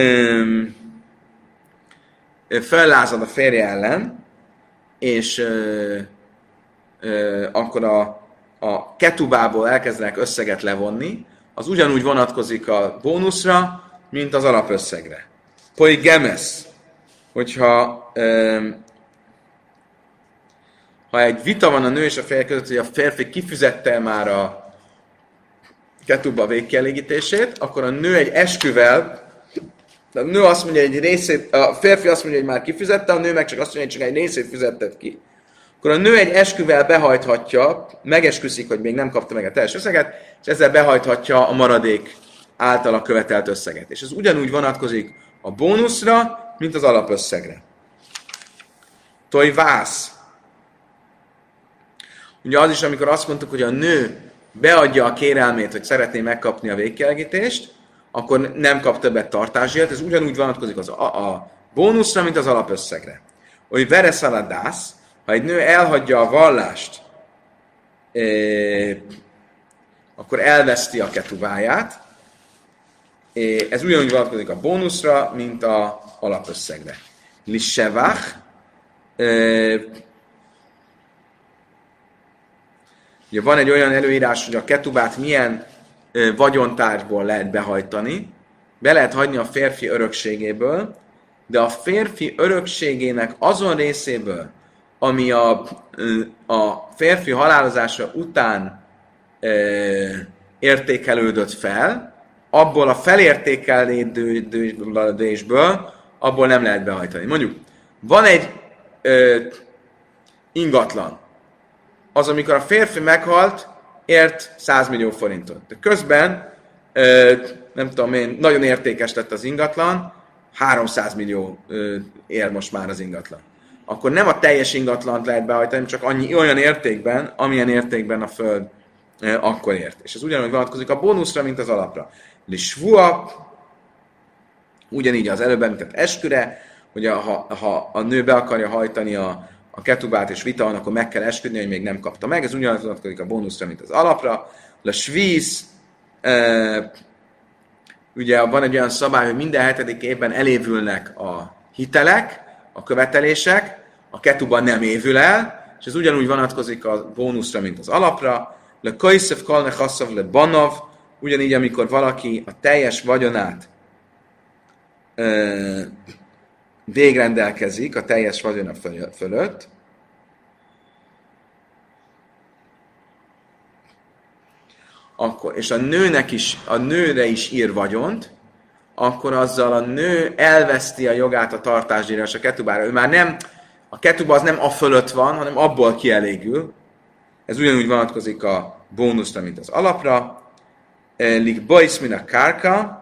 fellázad a férje ellen, és akkor a ketubából elkezdenek összeget levonni, az ugyanúgy vonatkozik a bónuszra, mint az alapösszegre. Poigemes, hogyha ha egy vita van a nő és a férfi között, hogy a férfi kifizette már a ketuba végkielégítését, akkor a nő egy esküvel, a nő azt mondja, egy részét, a férfi azt mondja, hogy már kifizette, a nő meg csak azt mondja, hogy csak egy részét fizettet ki. Akkor a nő egy esküvel behajthatja, megesküszik, hogy még nem kapta meg a teljes összeget, és ezzel behajthatja a maradék általa követelt összeget. És ez ugyanúgy vonatkozik a bónuszra, mint az alapösszegre. Tojvász. Ugye az is, amikor azt mondtuk, hogy a nő beadja a kérelmét, hogy szeretné megkapni a végkielégítést, akkor nem kap többet tartásért, ez ugyanúgy vonatkozik a bónuszra, mint az alapösszegre. Hogy vereszaladász, ha egy nő elhagyja a vallást, akkor elveszti a ketubáját, ez ugyanúgy vonatkozik a bónuszra, mint az alapösszegre. Lissevach, ugye van egy olyan előírás, hogy a ketubát milyen vagyontárgyból lehet behajtani. Be lehet hagyni a férfi örökségéből, de a férfi örökségének azon részéből, ami a férfi halálozása után értékelődött fel, abból a felértékelődésből, abból nem lehet behajtani. Mondjuk, van egy ingatlan, az, amikor a férfi meghalt, ért 100 millió forintot. De közben, nem tudom én, nagyon értékes lett az ingatlan, 300 millió ér most már az ingatlan. Akkor nem a teljes ingatlant lehet behajtani, csak olyan értékben, amilyen értékben a föld akkor ért. És ez ugyanúgy vonatkozik a bónuszra, mint az alapra. Lisvua, ugyanígy az előbb említett esküre, hogy ha a nő be akarja hajtani a ketubát és vita van, akkor meg kell esküdni, hogy még nem kapta meg. Ez ugyanaz vonatkozik a bónuszra, mint az alapra. A svíz, ugye van egy olyan szabály, hogy minden 7. évben elévülnek a hitelek, a követelések, a ketuba nem évül el, és ez ugyanúgy vonatkozik a bónuszra, mint az alapra. Le kajszev kalne hasszav le banav, ugyanígy, amikor valaki a teljes vagyonát végrendelkezik a teljes vagyona fölött, akkor, és a nőre is ír vagyont, akkor azzal a nő elveszti a jogát a tartásdíjra és a ketubára. Ő már nem, a ketuba az nem a fölött van, hanem abból kielégül. Ez ugyanúgy vonatkozik a bónuszra, mint az alapra. Lik bois min a kárka.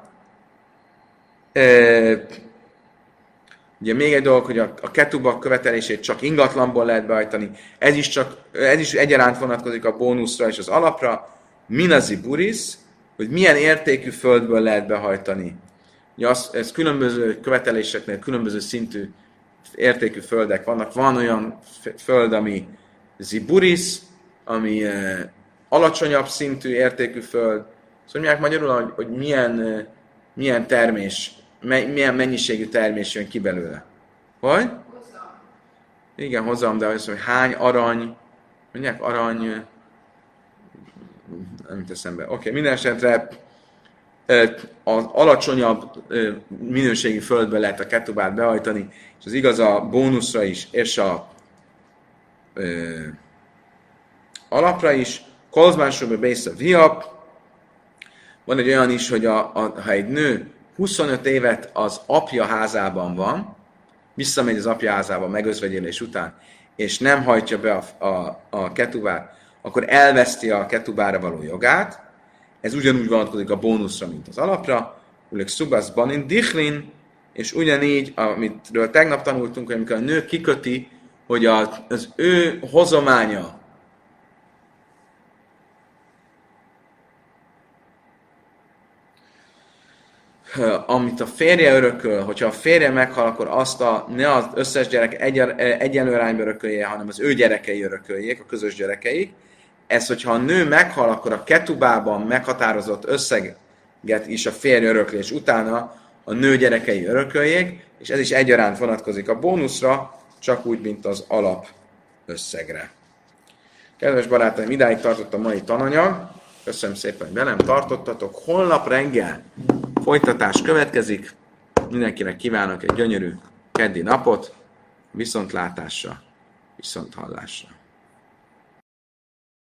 Ugye még egy dolog, hogy a ketuba követelését csak ingatlanból lehet behajtani. Ez is egyaránt vonatkozik a bónuszra és az alapra. Minazi buris, hogy milyen értékű földből lehet behajtani. Ugye ez különböző követeléseknél különböző szintű értékű földek vannak. Van olyan föld, ami ziburis, ami alacsonyabb szintű értékű föld. Szóval mondják magyarul, hogy milyen termés, milyen mennyiségű termés jön ki belőle. Hogy? Hozam. Igen, hozam, de azt mondom, hogy hány arany, mondják arany, nem jut eszembe. Oké, minden esetre az alacsonyabb minőségi földbe lehet a ketubát behajtani, és az igaz a bónuszra is, és a alapra is. Kolzmánsóba bész a viap. Van egy olyan is, hogy ha egy nő 25 évet az apja házában van, visszamegy az apja házába megözvegyélés után, és nem hajtja be a ketubát, akkor elveszti a ketubára való jogát. Ez ugyanúgy vonatkozik a bónuszra, mint az alapra. Ulek szubasz banin dichlin, és ugyanígy, amitről tegnap tanultunk, hogy amikor a nő kiköti, hogy az ő hozománya amit a férje örököl, hogyha a férje meghal, akkor azt ne az összes gyerek egyenlő arányba örökölje, hanem az ő gyerekei örököljék, a közös gyerekeik. Ez, hogyha a nő meghal, akkor a ketubában meghatározott összeget is a férje örökli, és utána a nő gyerekei örököljék, és ez is egyaránt vonatkozik a bónuszra, csak úgy, mint az alap összegre. Kedves barátaim, idáig tartott a mai tananyag. Köszönöm szépen, hogy velem tartottatok. Holnap reggel Folytatás következik. Mindenkinek kívánok egy gyönyörű keddi napot. Viszontlátásra, viszonthallásra.